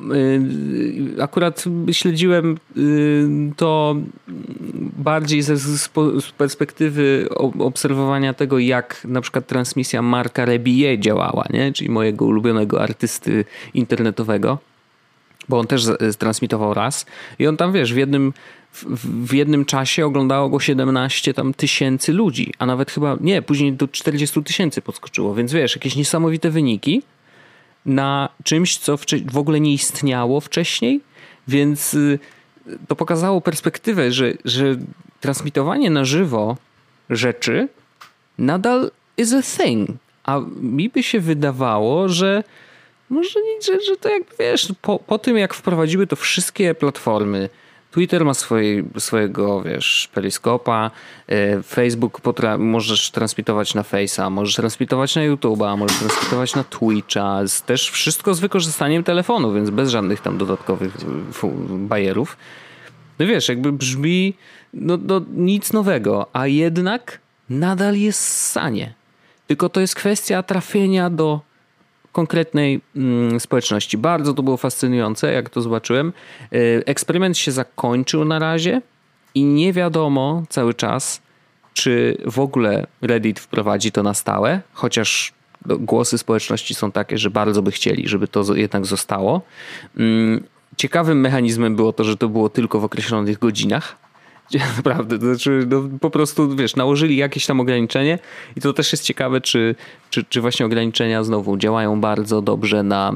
Akurat śledziłem to bardziej ze, z perspektywy obserwowania tego, jak na przykład transmisja Marka Rebillet działała, nie? Czyli mojego ulubionego artysty internetowego, bo on też transmitował raz i on tam, wiesz, w jednym w jednym czasie oglądało go siedemnaście tam tysięcy ludzi, a nawet chyba, nie, później do czterdzieści tysięcy podskoczyło, więc wiesz, jakieś niesamowite wyniki na czymś, co w ogóle nie istniało wcześniej, więc to pokazało perspektywę, że, że transmitowanie na żywo rzeczy nadal is a thing, a mi by się wydawało, że może nie, że, że to jak wiesz, po, po tym jak wprowadziły to wszystkie platformy, Twitter ma swoje, swojego, wiesz, periskopa, Facebook potra- możesz transmitować na Face'a, możesz transmitować na YouTube'a, możesz transmitować na Twitcha, też wszystko z wykorzystaniem telefonu, więc bez żadnych tam dodatkowych bajerów. No wiesz, jakby brzmi no, no nic nowego, a jednak nadal jest ssanie. Tylko to jest kwestia trafienia do konkretnej mm, społeczności. Bardzo to było fascynujące, jak to zobaczyłem. Eksperyment się zakończył na razie i nie wiadomo cały czas, czy w ogóle Reddit wprowadzi to na stałe, chociaż głosy społeczności są takie, że bardzo by chcieli, żeby to jednak zostało. Ciekawym mechanizmem było to, że to było tylko w określonych godzinach. Naprawdę, to znaczy no, po prostu, wiesz, nałożyli jakieś tam ograniczenie i to też jest ciekawe, czy, czy, czy właśnie ograniczenia znowu działają bardzo dobrze na,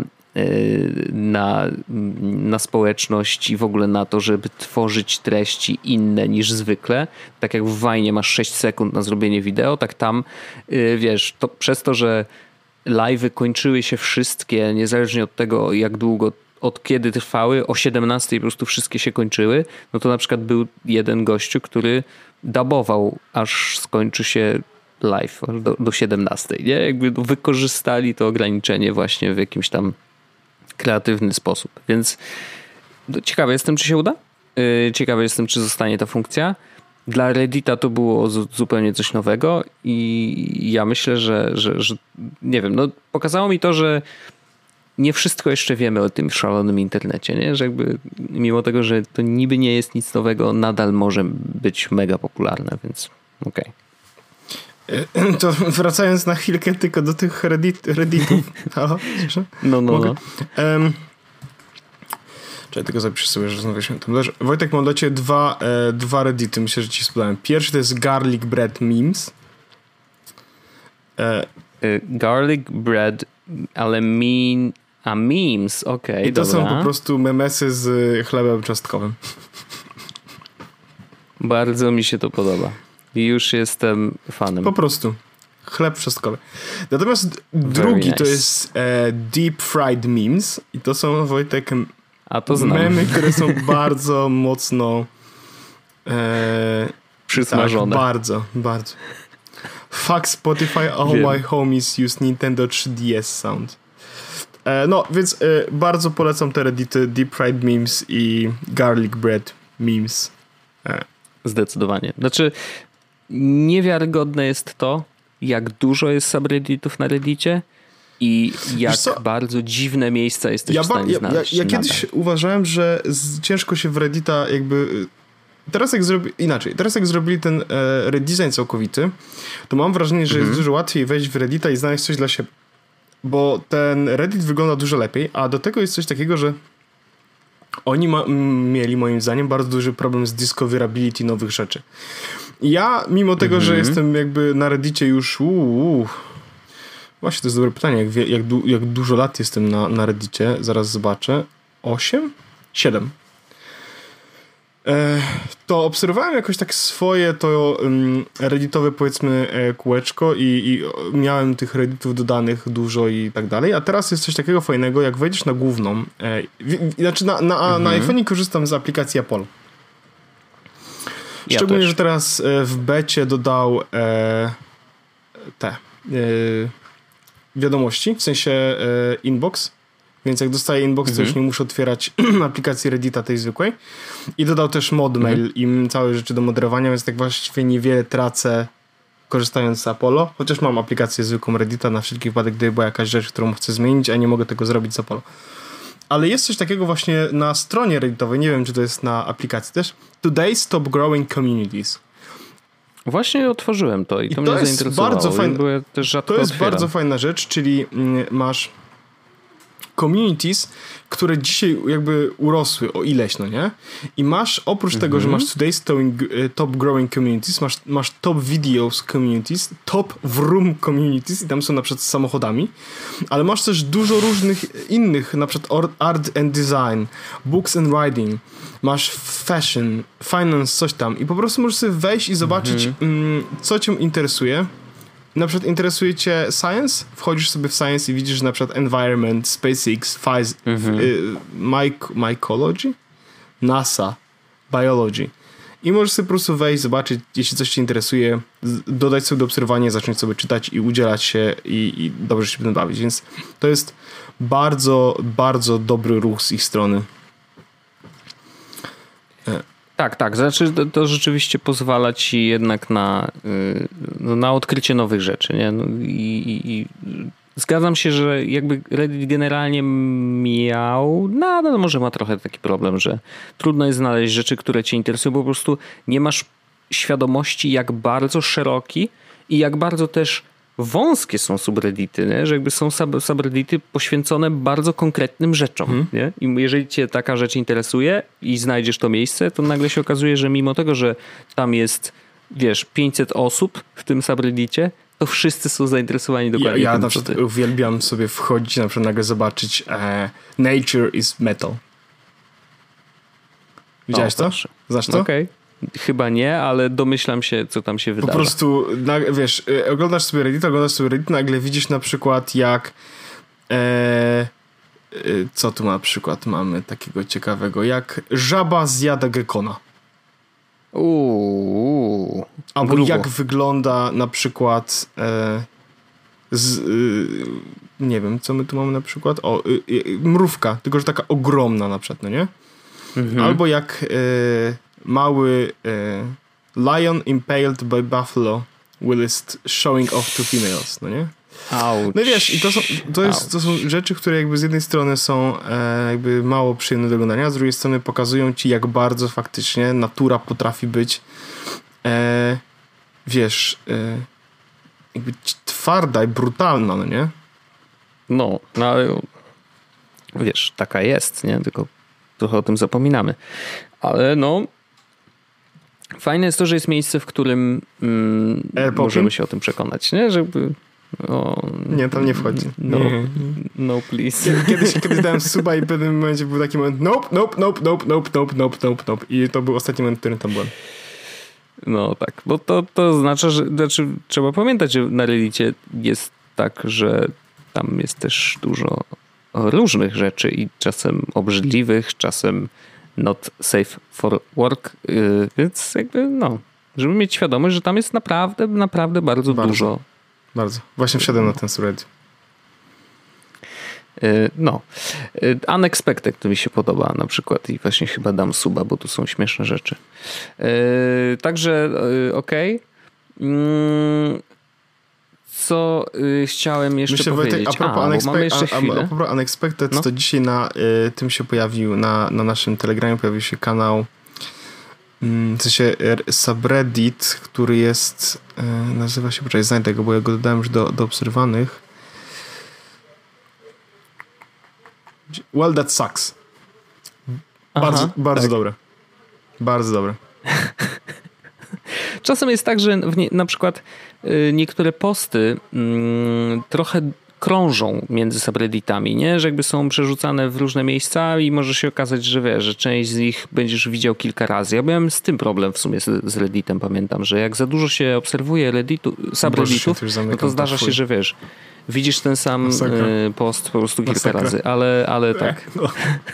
na, na społeczność i w ogóle na to, żeby tworzyć treści inne niż zwykle. Tak jak w Vine'ie masz sześć sekund na zrobienie wideo, tak tam, wiesz, to przez to, że live'y kończyły się wszystkie, niezależnie od tego, jak długo od kiedy trwały, o siedemnastej po prostu wszystkie się kończyły, no to na przykład był jeden gościu, który dubował, aż skończy się live do, do siedemnastej. Nie? Jakby wykorzystali to ograniczenie właśnie w jakimś tam kreatywny sposób. Więc no, ciekawy jestem, czy się uda. Yy, ciekawy jestem, czy zostanie ta funkcja. Dla Reddita to było z, zupełnie coś nowego i ja myślę, że, że, że nie wiem, no pokazało mi to, że nie wszystko jeszcze wiemy o tym szalonym internecie, nie? Że jakby mimo tego, że to niby nie jest nic nowego, nadal może być mega popularne, więc okej. Okay. To wracając na chwilkę tylko do tych reddit, redditów. Halo? No, no, Mogę? no. Um, Czekaj, tylko zapiszę sobie, że znowu się tam leży. Wojtek, mam dla ciebie dwa, e, dwa reddity, myślę, że ci spodobałem. Pierwszy to jest Garlic Bread Memes. E, garlic Bread, ale mean... A memes, okej, okay, I to dobra. są po prostu memesy z chlebem czosnkowym. Bardzo mi się to podoba. I już jestem fanem. Po prostu. Chleb czosnkowy. Natomiast Very drugi nice. To jest e, Deep Fried Memes. I to są, Wojtek, A to znam. memy, które są bardzo mocno e, przysmażone. Tak, bardzo, bardzo. Fuck Spotify, all Wiem. my homies use Nintendo trzy D S sound. No, więc y, bardzo polecam te reddity Deep Fried Memes i Garlic Bread Memes. E. Zdecydowanie. Znaczy, niewiarygodne jest to, jak dużo jest subredditów na Reddicie i jak bardzo dziwne miejsca jesteś ja w stanie ja, znaleźć. Ja, ja kiedyś uważałem, że z, ciężko się w Reddita jakby... Teraz jak zrobi... Inaczej. Teraz jak zrobili ten e, redesign całkowity, to mam wrażenie, że mm-hmm. jest dużo łatwiej wejść w Reddita i znaleźć coś dla siebie. Bo ten Reddit wygląda dużo lepiej, a do tego jest coś takiego, że oni ma, mieli moim zdaniem bardzo duży problem z discoverability nowych rzeczy. Ja, mimo tego, mm-hmm. że jestem jakby na Reddicie już uu, właśnie to jest dobre pytanie, jak, wie, jak, du, jak dużo lat jestem na, na Reddicie, zaraz zobaczę. osiem? siedem. To obserwowałem jakoś tak swoje to um, redditowe powiedzmy kółeczko i, i miałem tych redditów dodanych dużo i tak dalej, a teraz jest coś takiego fajnego, jak wejdziesz na główną e, w, znaczy na, na, mhm. na iPhone'ie korzystam z aplikacji Apollo. Szczególnie, ja że teraz w becie dodał e, te e, wiadomości, w sensie e, inbox. Więc jak dostaję inbox, to mhm. już nie muszę otwierać aplikacji Reddita tej zwykłej. I dodał też mod mail mhm. i całe rzeczy do moderowania, więc tak właściwie niewiele tracę korzystając z Apollo. Chociaż mam aplikację zwykłą Reddita na wszelki wypadek, gdyby była jakaś rzecz, którą chcę zmienić, a nie mogę tego zrobić z Apollo. Ale jest coś takiego właśnie na stronie redditowej, nie wiem, czy to jest na aplikacji też. Today Stop Growing Communities. Właśnie otworzyłem to i to, I to mnie jest zainteresowało. Bardzo fajne, też rzadko to jest otwieram. bardzo fajna rzecz, czyli masz communities, które dzisiaj jakby urosły o ileś, no nie? I masz, oprócz mm-hmm. tego, że masz today's top growing communities, masz, masz top videos communities, top vroom communities i tam są na przykład z samochodami, ale masz też dużo różnych innych, na przykład art and design, books and writing, masz fashion, finance, coś tam i po prostu możesz sobie wejść i zobaczyć, mm-hmm. mm, co cię interesuje. Na przykład interesuje cię science? Wchodzisz sobie w science i widzisz, że na przykład environment, SpaceX, Phys- mm-hmm. y, myc- mycology, NASA, biology. I możesz sobie po prostu wejść, zobaczyć, jeśli coś cię interesuje, dodać sobie do obserwowania, zacząć sobie czytać i udzielać się i, i dobrze się będą bawić. Więc to jest bardzo, bardzo dobry ruch z ich strony. Tak, tak. Znaczy to, to rzeczywiście pozwala ci jednak na, no, na odkrycie nowych rzeczy. Nie? No i, i zgadzam się, że jakby Reddit generalnie miał, no, no może ma trochę taki problem, że trudno jest znaleźć rzeczy, które cię interesują, bo po prostu nie masz świadomości, jak bardzo szeroki i jak bardzo też wąskie są subreddity, nie? Że jakby są sub- subreddity poświęcone bardzo konkretnym rzeczom. Hmm. Nie? I jeżeli cię taka rzecz interesuje i znajdziesz to miejsce, to nagle się okazuje, że mimo tego, że tam jest, wiesz, pięćset osób w tym subreddicie, to wszyscy są zainteresowani dokładnie ja, ja tym, na co przykład ty. uwielbiam sobie wchodzić, na przykład nagle zobaczyć e, Nature is Metal. Widziałeś o, to? Proszę. Znasz to? Okej. Okay. Chyba nie, ale domyślam się, co tam się wydarza. Po prostu, wiesz, oglądasz sobie Reddit, oglądasz sobie Reddit, nagle widzisz na przykład jak e, co tu na przykład mamy takiego ciekawego, jak żaba zjada gekona. Uuu. Albo grubo. jak wygląda na przykład e, z, y, nie wiem, co my tu mamy na przykład? O, y, y, mrówka, tylko że taka ogromna na przykład, no nie? Mhm. Albo jak y, mały y, lion impaled by buffalo whilst showing off to females, no nie? Ouch. No wiesz, i to są, to, jest, to są rzeczy, które jakby z jednej strony są e, jakby mało przyjemne do oglądania, z drugiej strony pokazują ci, jak bardzo faktycznie natura potrafi być e, wiesz e, jakby twarda i brutalna, no nie? No, no ale wiesz, taka jest, nie? Tylko trochę o tym zapominamy. Ale no fajne jest to, że jest miejsce, w którym mm, możemy się o tym przekonać, nie? Żeby o, nie, tam nie wchodzi. No, nie. no please. Kiedyś, kiedyś dałem suba i w pewnym momencie był taki moment nope, nope, nope, nope, nope, nope, nope, nope, nope. I to był ostatni moment, w którym tam byłem. No tak, bo to, to oznacza, że znaczy, trzeba pamiętać, że na Reddicie jest tak, że tam jest też dużo różnych rzeczy i czasem obrzydliwych, czasem not safe for work, yy, więc jakby no, żeby mieć świadomość, że tam jest naprawdę, naprawdę bardzo, bardzo. dużo. Bardzo. Właśnie wszedłem na ten thread. No. Unexpected to mi się podoba na przykład i właśnie chyba dam suba, bo tu są śmieszne rzeczy. Także okej. Okay. Co chciałem jeszcze Myślę, powiedzieć? Wojtek, a propos, a, unexpe- mamy jeszcze chwilę. A, a propos Unexpected, no? To dzisiaj na y, tym się pojawił, na, na naszym Telegramie pojawił się kanał, y, w sensie subreddit, który jest, y, nazywa się, poczekaj, znajdę go, bo ja go dodałem już do, do obserwowanych. Well, that sucks. Bardzo, Aha, bardzo tak. dobre. Bardzo dobre. Czasem jest tak, że w nie, na przykład y, niektóre posty y, trochę krążą między subredditami, nie? Że jakby są przerzucane w różne miejsca i może się okazać, że wiesz, że część z nich będziesz widział kilka razy. Ja miałem z tym problem w sumie z, z Redditem, pamiętam, że jak za dużo się obserwuje Redditu, subredditów, no to zdarza się, że wiesz, widzisz ten sam y, post po prostu kilka Masakra. razy, ale, ale tak. No.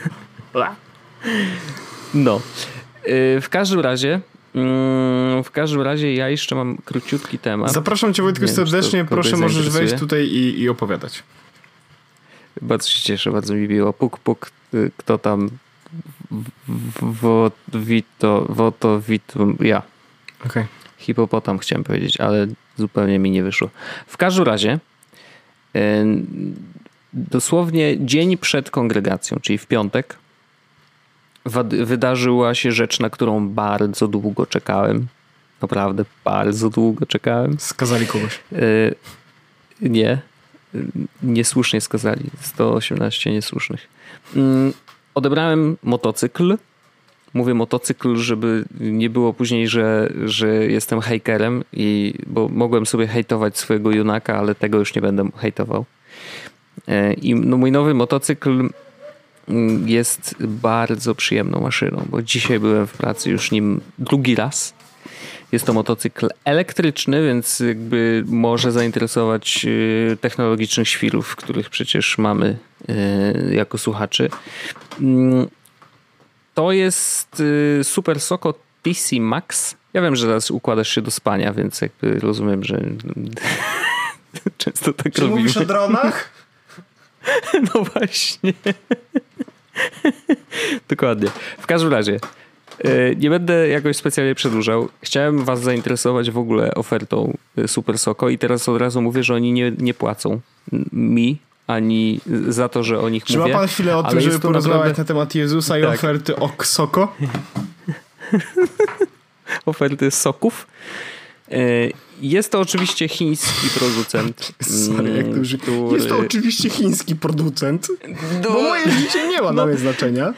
no. Y, w każdym razie W każdym razie ja jeszcze mam króciutki temat. Zapraszam cię, Wojtku, serdecznie. Proszę, możesz wejść tutaj i, i opowiadać. Bardzo się cieszę, bardzo mi miło. Puk, puk, kto tam Wito, Woto, Wito, ja. Okay. Hipopotam chciałem powiedzieć, ale zupełnie mi nie wyszło. W każdym razie dosłownie dzień przed kongregacją, czyli w piątek, wydarzyła się rzecz, na którą bardzo długo czekałem. Naprawdę bardzo długo czekałem. Skazali kogoś? Yy, nie. Niesłusznie skazali. sto osiemnaście niesłusznych. Yy, odebrałem motocykl. Mówię motocykl, żeby nie było później, że, że jestem hejkerem, i, bo mogłem sobie hejtować swojego junaka, ale tego już nie będę hejtował. Yy, I no, mój nowy motocykl jest bardzo przyjemną maszyną, bo dzisiaj byłem w pracy już nim drugi raz. Jest to motocykl elektryczny, więc jakby może zainteresować technologicznych świrów, których przecież mamy jako słuchaczy. To jest y, Super Soco T C Max. Ja wiem, że teraz układasz się do spania, więc jakby rozumiem, że często tak Czy robimy. mówisz o dronach? No właśnie. Dokładnie. W każdym razie nie będę jakoś specjalnie przedłużał. Chciałem was zainteresować w ogóle ofertą Super Soco i teraz od razu mówię, że oni nie, nie płacą mi ani za to, że o nich Czy mówię. Czy ma pan chwilę o tym, żeby porozmawiać naprawdę... na temat Jezusa i tak. oferty Oksoko? Oferty soków. Jest to oczywiście chiński producent. Sorry, jak to już... który... Jest to oczywiście chiński producent, no, bo moje życie nie ma no. nawet znaczenia.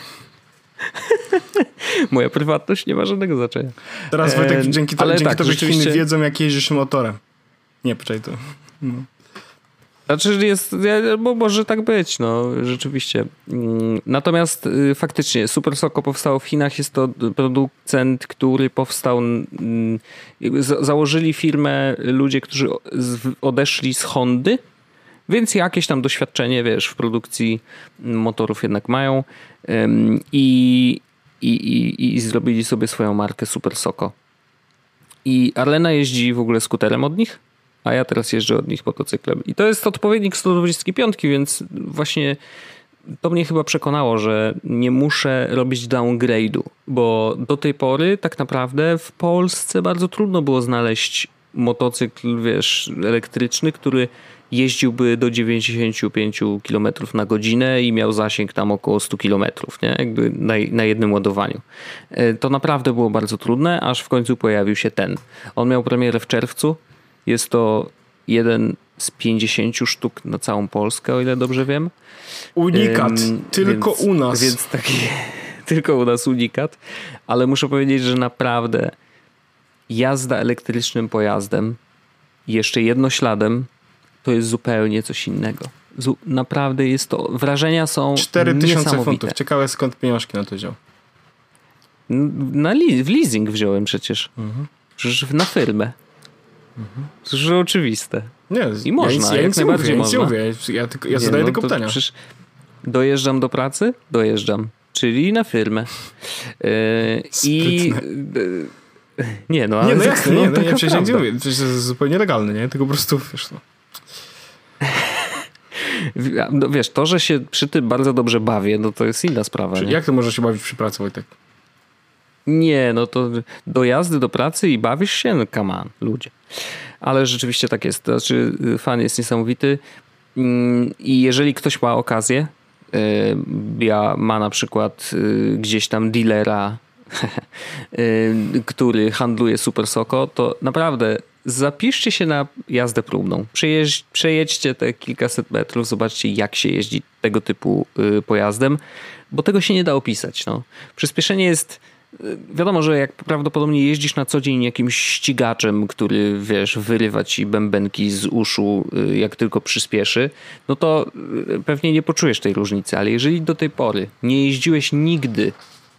Moja prywatność nie ma żadnego znaczenia. Teraz Wojtek, e, dzięki, to, dzięki tak, tobie rzeczywiście... Chiny wiedzą, jak jeździsz motorem. Nie, poczekaj to. No. Znaczy jest, bo może tak być, no rzeczywiście. Natomiast y, faktycznie Super Soco powstało w Chinach. Jest to producent, który powstał, y, z, założyli firmę ludzie, którzy z, odeszli z Hondy, więc jakieś tam doświadczenie, wiesz, w produkcji motorów jednak mają y, i, i, i, i zrobili sobie swoją markę Super Soco. I Arlena jeździ w ogóle skuterem od nich. A ja teraz jeżdżę od nich motocyklem. I to jest odpowiednik sto dwadzieścia pięć, więc właśnie to mnie chyba przekonało, że nie muszę robić downgrade'u, bo do tej pory tak naprawdę w Polsce bardzo trudno było znaleźć motocykl, wiesz, elektryczny, który jeździłby do dziewięćdziesiąt pięć kilometrów na godzinę i miał zasięg tam około sto kilometrów, nie? Jakby na, na jednym ładowaniu. To naprawdę było bardzo trudne, aż w końcu pojawił się ten. On miał premierę w czerwcu. Jest to jeden z pięćdziesięciu sztuk na całą Polskę, o ile dobrze wiem. Unikat. Ym, tylko więc, u nas. Więc taki, tylko u nas unikat. Ale muszę powiedzieć, że naprawdę jazda elektrycznym pojazdem, jeszcze jednośladem, to jest zupełnie coś innego. Zu, naprawdę jest to... Wrażenia są cztery tysiące funtów. Ciekawe, skąd pieniążki na to wziął. Na li, w leasing wziąłem przecież. Mhm. Przecież na firmę. Mhm. To już oczywiste. Nie, i można, ja nic, ja jak najbardziej mówię, można. Mówię. Ja, tylko, ja zadaję no, tylko pytania. Dojeżdżam do pracy? Dojeżdżam. Czyli na firmę. Yy, I... Yy, nie no, ale... Nie, no jasne, nie, no, nie, przecież nie mówię. Przecież to jest zupełnie legalne, nie? Tylko po prostu, wiesz no. no. Wiesz, to, że się przy tym bardzo dobrze bawię, no to jest inna sprawa. Nie? Jak to możesz się bawić przy pracy, Wojtek? Nie, no to do jazdy do pracy i bawisz się? No come on, ludzie. Ale rzeczywiście tak jest. To znaczy, fan jest niesamowity i jeżeli ktoś ma okazję, ja ma na przykład gdzieś tam dealera, który handluje Super Soco, to naprawdę zapiszcie się na jazdę próbną. Przejeźdź, przejedźcie te kilkaset metrów, zobaczcie jak się jeździ tego typu pojazdem, bo tego się nie da opisać. No. Przyspieszenie jest... Wiadomo, że jak prawdopodobnie jeździsz na co dzień jakimś ścigaczem, który, wiesz, wyrywa ci bębenki z uszu, jak tylko przyspieszy, no to pewnie nie poczujesz tej różnicy. Ale jeżeli do tej pory nie jeździłeś nigdy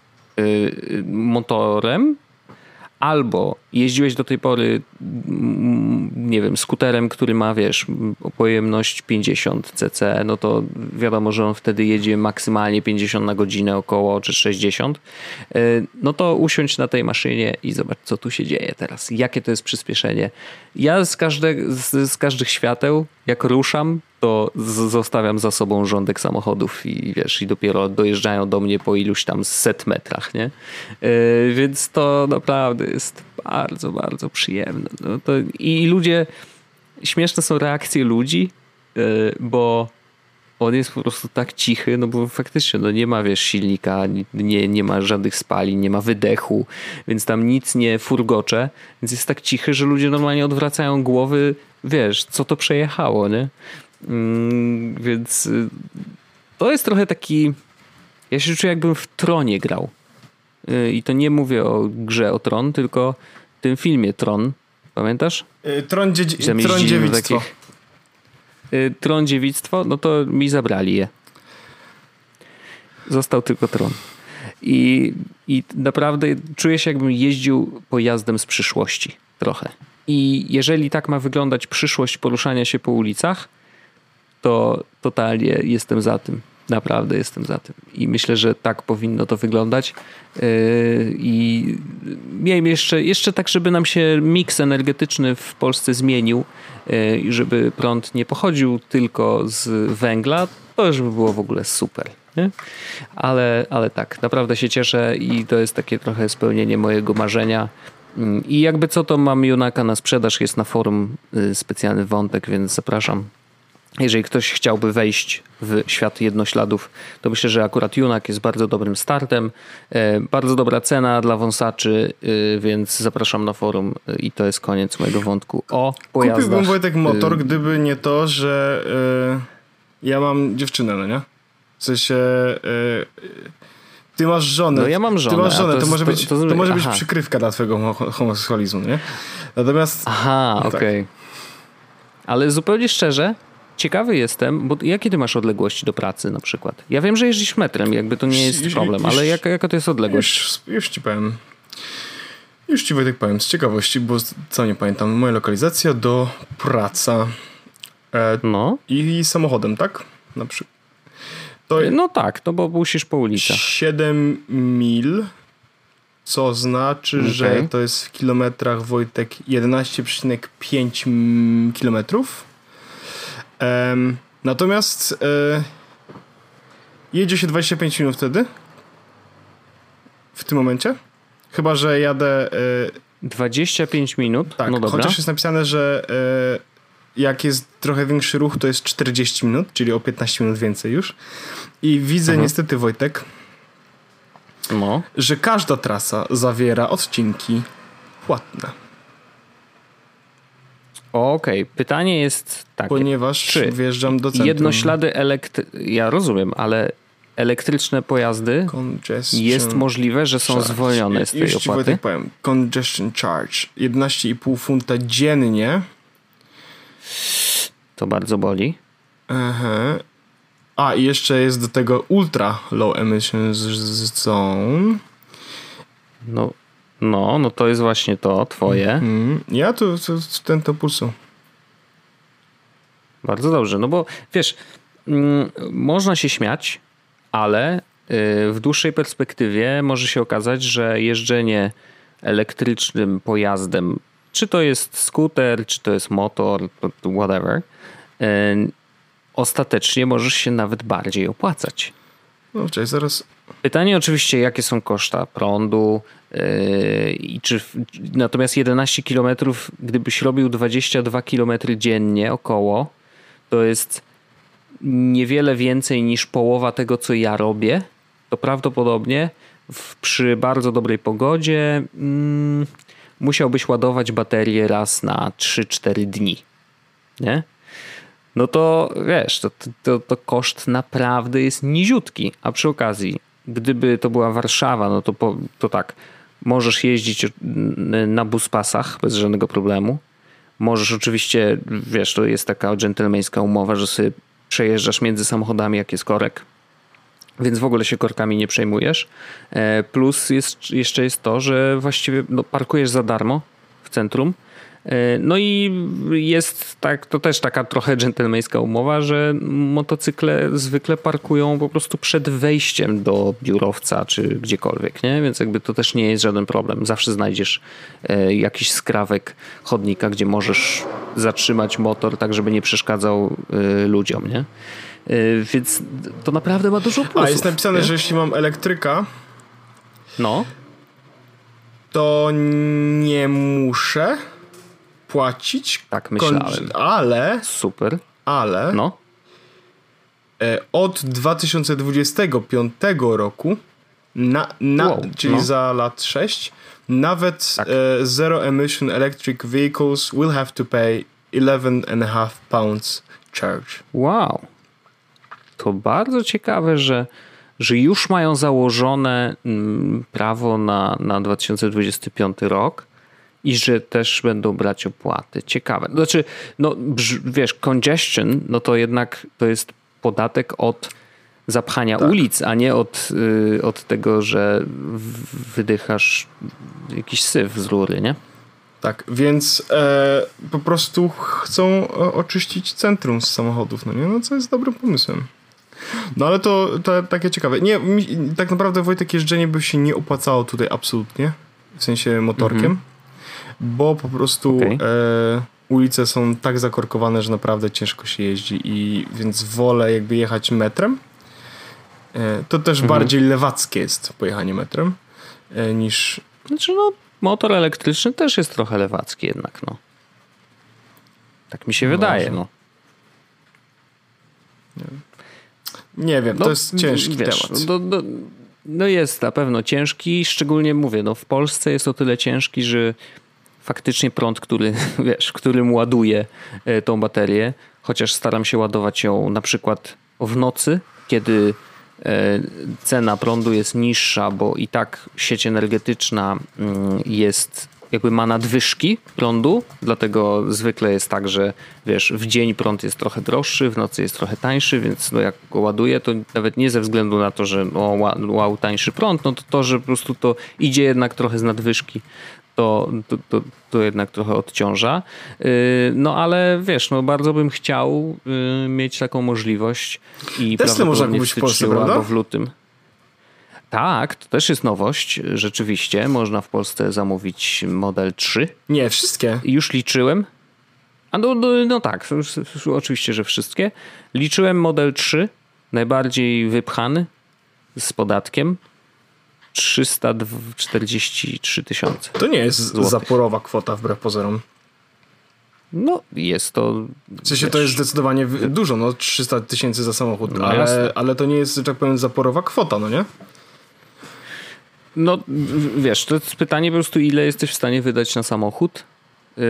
motorem, albo jeździłeś do tej pory, nie wiem, skuterem, który ma, wiesz, pojemność pięćdziesiąt cc, no to wiadomo, że on wtedy jedzie maksymalnie pięćdziesiąt na godzinę około, czy sześćdziesiąt. No to usiądź na tej maszynie i zobacz, co tu się dzieje teraz. Jakie to jest przyspieszenie. Ja z, każde, z, z każdych świateł, jak ruszam, to z, zostawiam za sobą rządek samochodów i wiesz, i dopiero dojeżdżają do mnie po iluś tam set metrach, nie? Yy, więc to naprawdę jest bardzo, bardzo przyjemne. No to, i ludzie, śmieszne są reakcje ludzi, yy, bo on jest po prostu tak cichy, no bo faktycznie no nie ma, wiesz, silnika, nie, nie ma żadnych spalin, nie ma wydechu, więc tam nic nie furgocze, więc jest tak cichy, że ludzie normalnie odwracają głowy, wiesz, co to przejechało, nie? Mm, więc y, to jest trochę taki... Ja się czuję, jakbym w Tronie grał. Y, I to nie mówię o grze o Tron, tylko w tym filmie Tron. Pamiętasz? Y, Tron, dzie- Tron Dziewictwo. Takich, y, Tron Dziewictwo, no to mi zabrali je. Został tylko Tron. I, I naprawdę czuję się, jakbym jeździł pojazdem z przyszłości. Trochę. I jeżeli tak ma wyglądać przyszłość poruszania się po ulicach, to totalnie jestem za tym. Naprawdę jestem za tym. I myślę, że tak powinno to wyglądać. Yy, I miejmy jeszcze, jeszcze tak, żeby nam się miks energetyczny w Polsce zmienił i yy, żeby prąd nie pochodził tylko z węgla, to już by było w ogóle super. Nie? Ale, ale tak, naprawdę się cieszę i to jest takie trochę spełnienie mojego marzenia. I jakby co, to mam Junaka na sprzedaż, jest na forum specjalny wątek, więc zapraszam. Jeżeli ktoś chciałby wejść w świat jednośladów, to myślę, że akurat Junak jest bardzo dobrym startem. Bardzo dobra cena dla wąsaczy, więc zapraszam na forum i to jest koniec mojego wątku o pojazdach. Kupiłbym, Wojtek, motor, gdyby nie to, że yy, ja mam dziewczynę, no nie? W sensie... Yy, ty masz żonę. No ja mam żonę. Ty masz żonę, to, to, może to, być, to, to, to może aha. być przykrywka dla twojego homoseksualizmu, nie? Natomiast... Aha, no okej. Okay. Tak. Ale zupełnie szczerze, ciekawy jestem, bo jakie ty masz odległości do pracy na przykład? Ja wiem, że jeździsz metrem, jakby to nie jest już, problem, już, ale jaka, jaka to jest odległość? Już, już ci powiem. Już ci, Wojtek, powiem z ciekawości, bo co nie pamiętam, moja lokalizacja do praca e, no. i samochodem, tak? Na przykład. To no tak, no bo musisz po ulicach. siedem mil, co znaczy, okay. że to jest w kilometrach, Wojtek, jedenaście przecinek pięć kilometrów. Um, natomiast e, jedzie się dwadzieścia pięć minut wtedy. W tym momencie. Chyba że jadę... E, dwadzieścia pięć minut? Tak, no dobra. Chociaż jest napisane, że e, jak jest trochę większy ruch, to jest czterdzieści minut, czyli o piętnaście minut więcej już. I widzę mhm. niestety, Wojtek, no. że każda trasa zawiera odcinki płatne. Okej, okay. Pytanie jest takie. Ponieważ czy wjeżdżam do centrum. Jednoślady elektryczne, ja rozumiem, ale elektryczne pojazdy Congestion jest możliwe, że są charge. zwolnione z tej Już opłaty? Ci tak powiem. Congestion charge. jedenaście i pół funta dziennie. To bardzo boli. Aha. A, i jeszcze jest do tego ultra low emission zone. No, no, no to jest właśnie to, twoje. Mm, ja tu, tu ten to pulsu. Bardzo dobrze, no bo wiesz, mm, można się śmiać, ale y, w dłuższej perspektywie może się okazać, że jeżdżenie elektrycznym pojazdem, czy to jest skuter, czy to jest motor, whatever, y, ostatecznie możesz się nawet bardziej opłacać. No cześć, zaraz... Pytanie oczywiście, jakie są koszta prądu yy, i czy natomiast jedenaście kilometrów, gdybyś robił dwadzieścia dwa kilometry dziennie około, to jest niewiele więcej niż połowa tego, co ja robię, to prawdopodobnie w, przy bardzo dobrej pogodzie mm, musiałbyś ładować baterię raz na trzy cztery dni. Nie? No to wiesz, to, to, to koszt naprawdę jest niziutki. A przy okazji, gdyby to była Warszawa, no to, po, to tak, możesz jeździć na buspasach bez żadnego problemu. Możesz oczywiście, wiesz, to jest taka dżentelmeńska umowa, że sobie przejeżdżasz między samochodami, jak jest korek. Więc w ogóle się korkami nie przejmujesz. Plus jest, jeszcze jest to, że właściwie no, parkujesz za darmo w centrum. No i jest tak, to też taka trochę dżentelmeńska umowa, że motocykle zwykle parkują po prostu przed wejściem do biurowca czy gdziekolwiek, nie? Więc jakby to też nie jest żaden problem. Zawsze znajdziesz jakiś skrawek chodnika, gdzie możesz zatrzymać motor tak, żeby nie przeszkadzał ludziom, nie? Więc to naprawdę ma dużo plusów. A jest napisane, nie? że jeśli mam elektryka, no, to nie muszę płacić. Tak myślałem. Kon- ale super. Ale no. e, od dwa tysiące dwudziestego piątego roku na, na, wow, czyli no. za lat sześć, nawet tak. e, zero emission electric vehicles will have to pay eleven and a half pounds charge. Wow. To bardzo ciekawe, że, że już mają założone mm, prawo na, na dwa tysiące dwudziesty piąty rok i że też będą brać opłaty. Ciekawe. Znaczy, no wiesz, congestion, no to jednak to jest podatek od zapchania tak. ulic, a nie od, y, od tego, że wydychasz jakiś syf z rury, nie? Tak, więc e, po prostu chcą oczyścić centrum z samochodów, no nie? No co jest dobrym pomysłem. No ale to, to takie ciekawe. Nie, mi, tak naprawdę Wojtek, jeżdżenie by się nie opłacało tutaj absolutnie, w sensie motorkiem, mhm. bo po prostu okay. e, ulice są tak zakorkowane, że naprawdę ciężko się jeździ i więc wolę jakby jechać metrem. E, to też mhm. bardziej lewackie jest pojechanie metrem e, niż... Znaczy no, motor elektryczny też jest trochę lewacki jednak, no. Tak mi się no wydaje, no. Nie wiem, nie wiem no, to jest ciężki wiesz, temat. No, no, no jest na pewno ciężki, szczególnie mówię, no w Polsce jest o tyle ciężki, że faktycznie prąd, który, wiesz, którym ładuję tą baterię, chociaż staram się ładować ją na przykład w nocy, kiedy cena prądu jest niższa, bo i tak sieć energetyczna jest, jakby ma nadwyżki prądu, dlatego zwykle jest tak, że wiesz, w dzień prąd jest trochę droższy, w nocy jest trochę tańszy, więc no jak go ładuję, to nawet nie ze względu na to, że o, wow, tańszy prąd, no to to, że po prostu to idzie jednak trochę z nadwyżki, to, to, to, to jednak trochę odciąża. No ale wiesz, no bardzo bym chciał mieć taką możliwość i Tesla można kupić w Polsce, prawda? Albo w lutym. Tak, to też jest nowość, rzeczywiście. Można w Polsce zamówić Model trzy. Nie, wszystkie. Już liczyłem. A no, no, no tak, oczywiście, że wszystkie. Liczyłem Model trzy, najbardziej wypchany, z podatkiem. trzysta czterdzieści trzy tysiące. To nie jest złotych. Zaporowa kwota wbrew pozorom. No jest to... W sensie wiesz, to jest zdecydowanie dużo, no trzysta tysięcy za samochód, no, ale, ale to nie jest, że tak powiem, zaporowa kwota, no nie? No wiesz, to jest pytanie po prostu, ile jesteś w stanie wydać na samochód yy,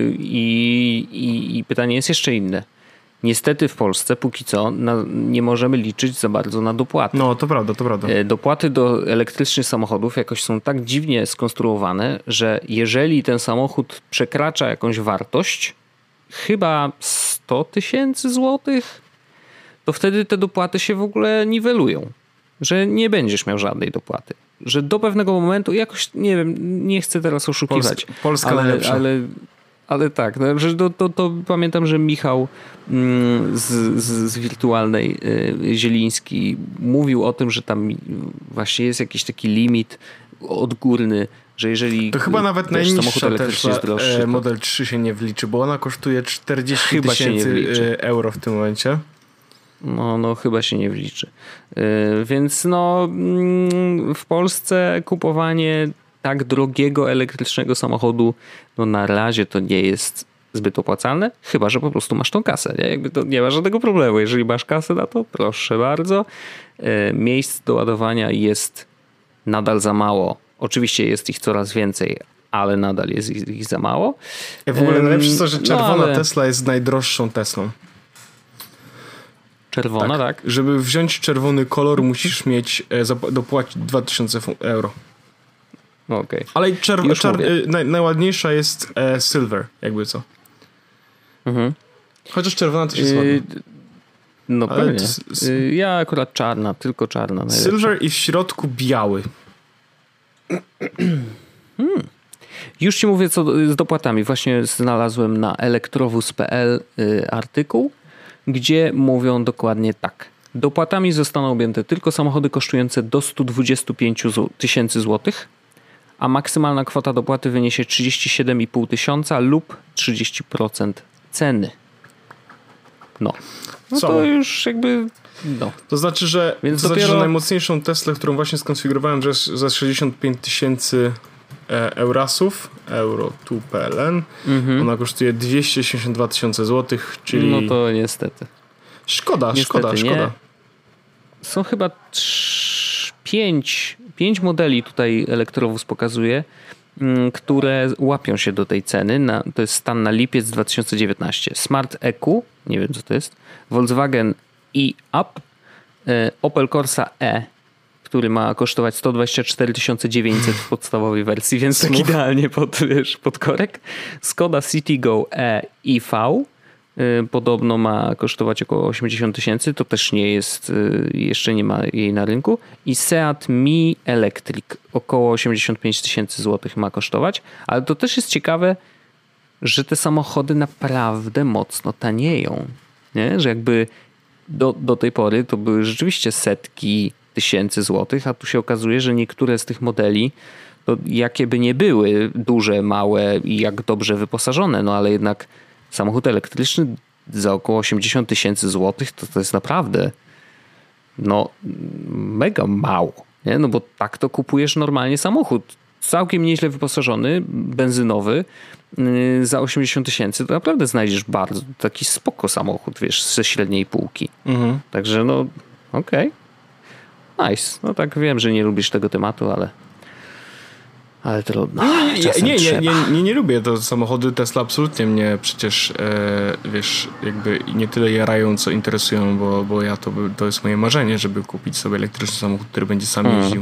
i, i pytanie jest jeszcze inne. Niestety w Polsce póki co na, nie możemy liczyć za bardzo na dopłaty. No to prawda, to prawda. Dopłaty do elektrycznych samochodów jakoś są tak dziwnie skonstruowane, że jeżeli ten samochód przekracza jakąś wartość, chyba sto tysięcy złotych, to wtedy te dopłaty się w ogóle niwelują. Że nie będziesz miał żadnej dopłaty. Że do pewnego momentu jakoś, nie wiem, nie chcę teraz oszukiwać. Polska, Polska ale, najlepsza. Ale, ale tak, no, że to, to, to pamiętam, że Michał mm, z, z, z wirtualnej y, Zieliński mówił o tym, że tam właśnie jest jakiś taki limit odgórny, że jeżeli to chyba nawet wiesz, najniższa też jest droższy, Model trzy się nie wliczy, bo ona kosztuje czterdzieści tysięcy euro w tym momencie. No, no chyba się nie wliczy. Yy, więc no yy, w Polsce kupowanie tak drogiego elektrycznego samochodu no na razie to nie jest zbyt opłacalne, chyba że po prostu masz tą kasę. Nie? Jakby to nie ma żadnego problemu. Jeżeli masz kasę na to, proszę bardzo. Yy, miejsc do ładowania jest nadal za mało. Oczywiście jest ich coraz więcej, ale nadal jest ich, ich za mało. Ja w ogóle yy, najlepsze jest to, że czerwona no, ale... Tesla jest najdroższą Teslą. Czerwona, tak, tak? Żeby wziąć czerwony kolor musisz mieć, e, dopłacić dwa tysiące euro. Okej. Okay. Ale czerw- czar- e, naj- najładniejsza jest e, silver, jakby co. Mhm. Chociaż czerwona też jest ładna. Yy, no ale pewnie. S- yy, ja akurat czarna, tylko czarna. Najlepsza. Silver i w środku biały. hmm. Już ci mówię co z dopłatami. Właśnie znalazłem na elektrowóz kropka pe el yy, artykuł, gdzie mówią dokładnie tak. Dopłatami zostaną objęte tylko samochody kosztujące do sto dwadzieścia pięć tysięcy złotych, a maksymalna kwota dopłaty wyniesie trzydzieści siedem i pół tysiąca lub trzydzieści procent ceny. No. No to już jakby... No. To znaczy, że, Więc to dopiero... znaczy, że najmocniejszą Teslę, którą właśnie skonfigurowałem, że za sześćdziesiąt pięć tysięcy eurasów, euro tu kropka pe el en, mhm. ona kosztuje dwieście osiemdziesiąt dwa tysiące złotych, czyli... No to niestety. Szkoda, niestety szkoda, nie. szkoda. Są chyba trz... pięć, pięć modeli tutaj elektrowóz pokazuje, które łapią się do tej ceny. Na, to jest stan na lipiec dwa tysiące dziewiętnasty. Smart E Q, nie wiem co to jest, Volkswagen e-Up, Opel Corsa E, który ma kosztować sto dwadzieścia cztery tysiące dziewięćset w podstawowej wersji, więc tak idealnie pod, wiesz, pod korek. Skoda Citigo E i V podobno ma kosztować około osiemdziesiąt tysięcy, to też nie jest, jeszcze nie ma jej na rynku. I Seat Mi Electric około osiemdziesiąt pięć tysięcy złotych ma kosztować, ale to też jest ciekawe, że te samochody naprawdę mocno tanieją, nie? Że jakby do, do tej pory to były rzeczywiście setki tysięcy złotych, a tu się okazuje, że niektóre z tych modeli, to jakie by nie były duże, małe i jak dobrze wyposażone, no ale jednak samochód elektryczny za około osiemdziesiąt tysięcy złotych to, to jest naprawdę no mega mało, nie? No bo tak to kupujesz normalnie samochód całkiem nieźle wyposażony, benzynowy yy, za osiemdziesiąt tysięcy to naprawdę znajdziesz bardzo taki spoko samochód, wiesz, ze średniej półki. Mhm. Także no okej. Okay. Nice. No tak wiem, że nie lubisz tego tematu, ale ale trudno. Nie, nie, nie, nie, nie, nie lubię to samochody Tesla, absolutnie mnie przecież e, wiesz, jakby nie tyle jarają, co interesują, bo, bo ja to, to jest moje marzenie, żeby kupić sobie elektryczny samochód, który będzie sam hmm. jeździł.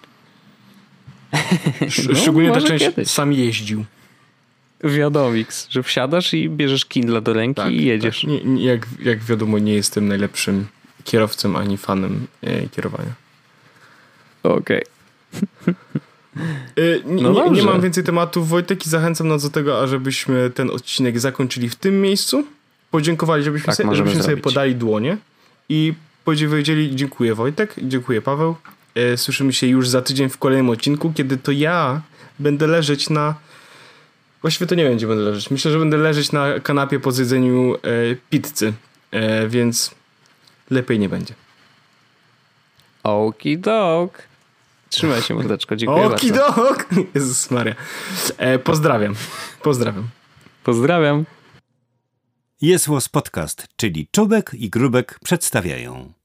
Sz- no, szczególnie ta część kiedyś. Sam jeździł. Wiadomix, że wsiadasz i bierzesz Kindle do ręki tak, i jedziesz. Tak. Nie, nie, jak, jak wiadomo, nie jestem najlepszym kierowcą ani fanem e, kierowania. Okej. Okay. Nie, no nie, nie mam więcej tematów, Wojtek, i zachęcam nas do tego, ażebyśmy ten odcinek zakończyli w tym miejscu. Podziękowali, żebyśmy, tak, sobie, żebyśmy sobie podali dłonie i powiedzieli dziękuję Wojtek, dziękuję Paweł. Słyszymy się już za tydzień w kolejnym odcinku, kiedy to ja będę leżeć na... Właściwie to nie wiem, gdzie będę leżeć. Myślę, że będę leżeć na kanapie po zjedzeniu e, pizzy, e, więc lepiej nie będzie. Okidok. Trzymaj się, mordeczko. Dziękuję Okidok. bardzo. Okidok! Jezus Maria. E, pozdrawiam. Pozdrawiam. Pozdrawiam. Jest Podcast, czyli Czubek i Grubek przedstawiają.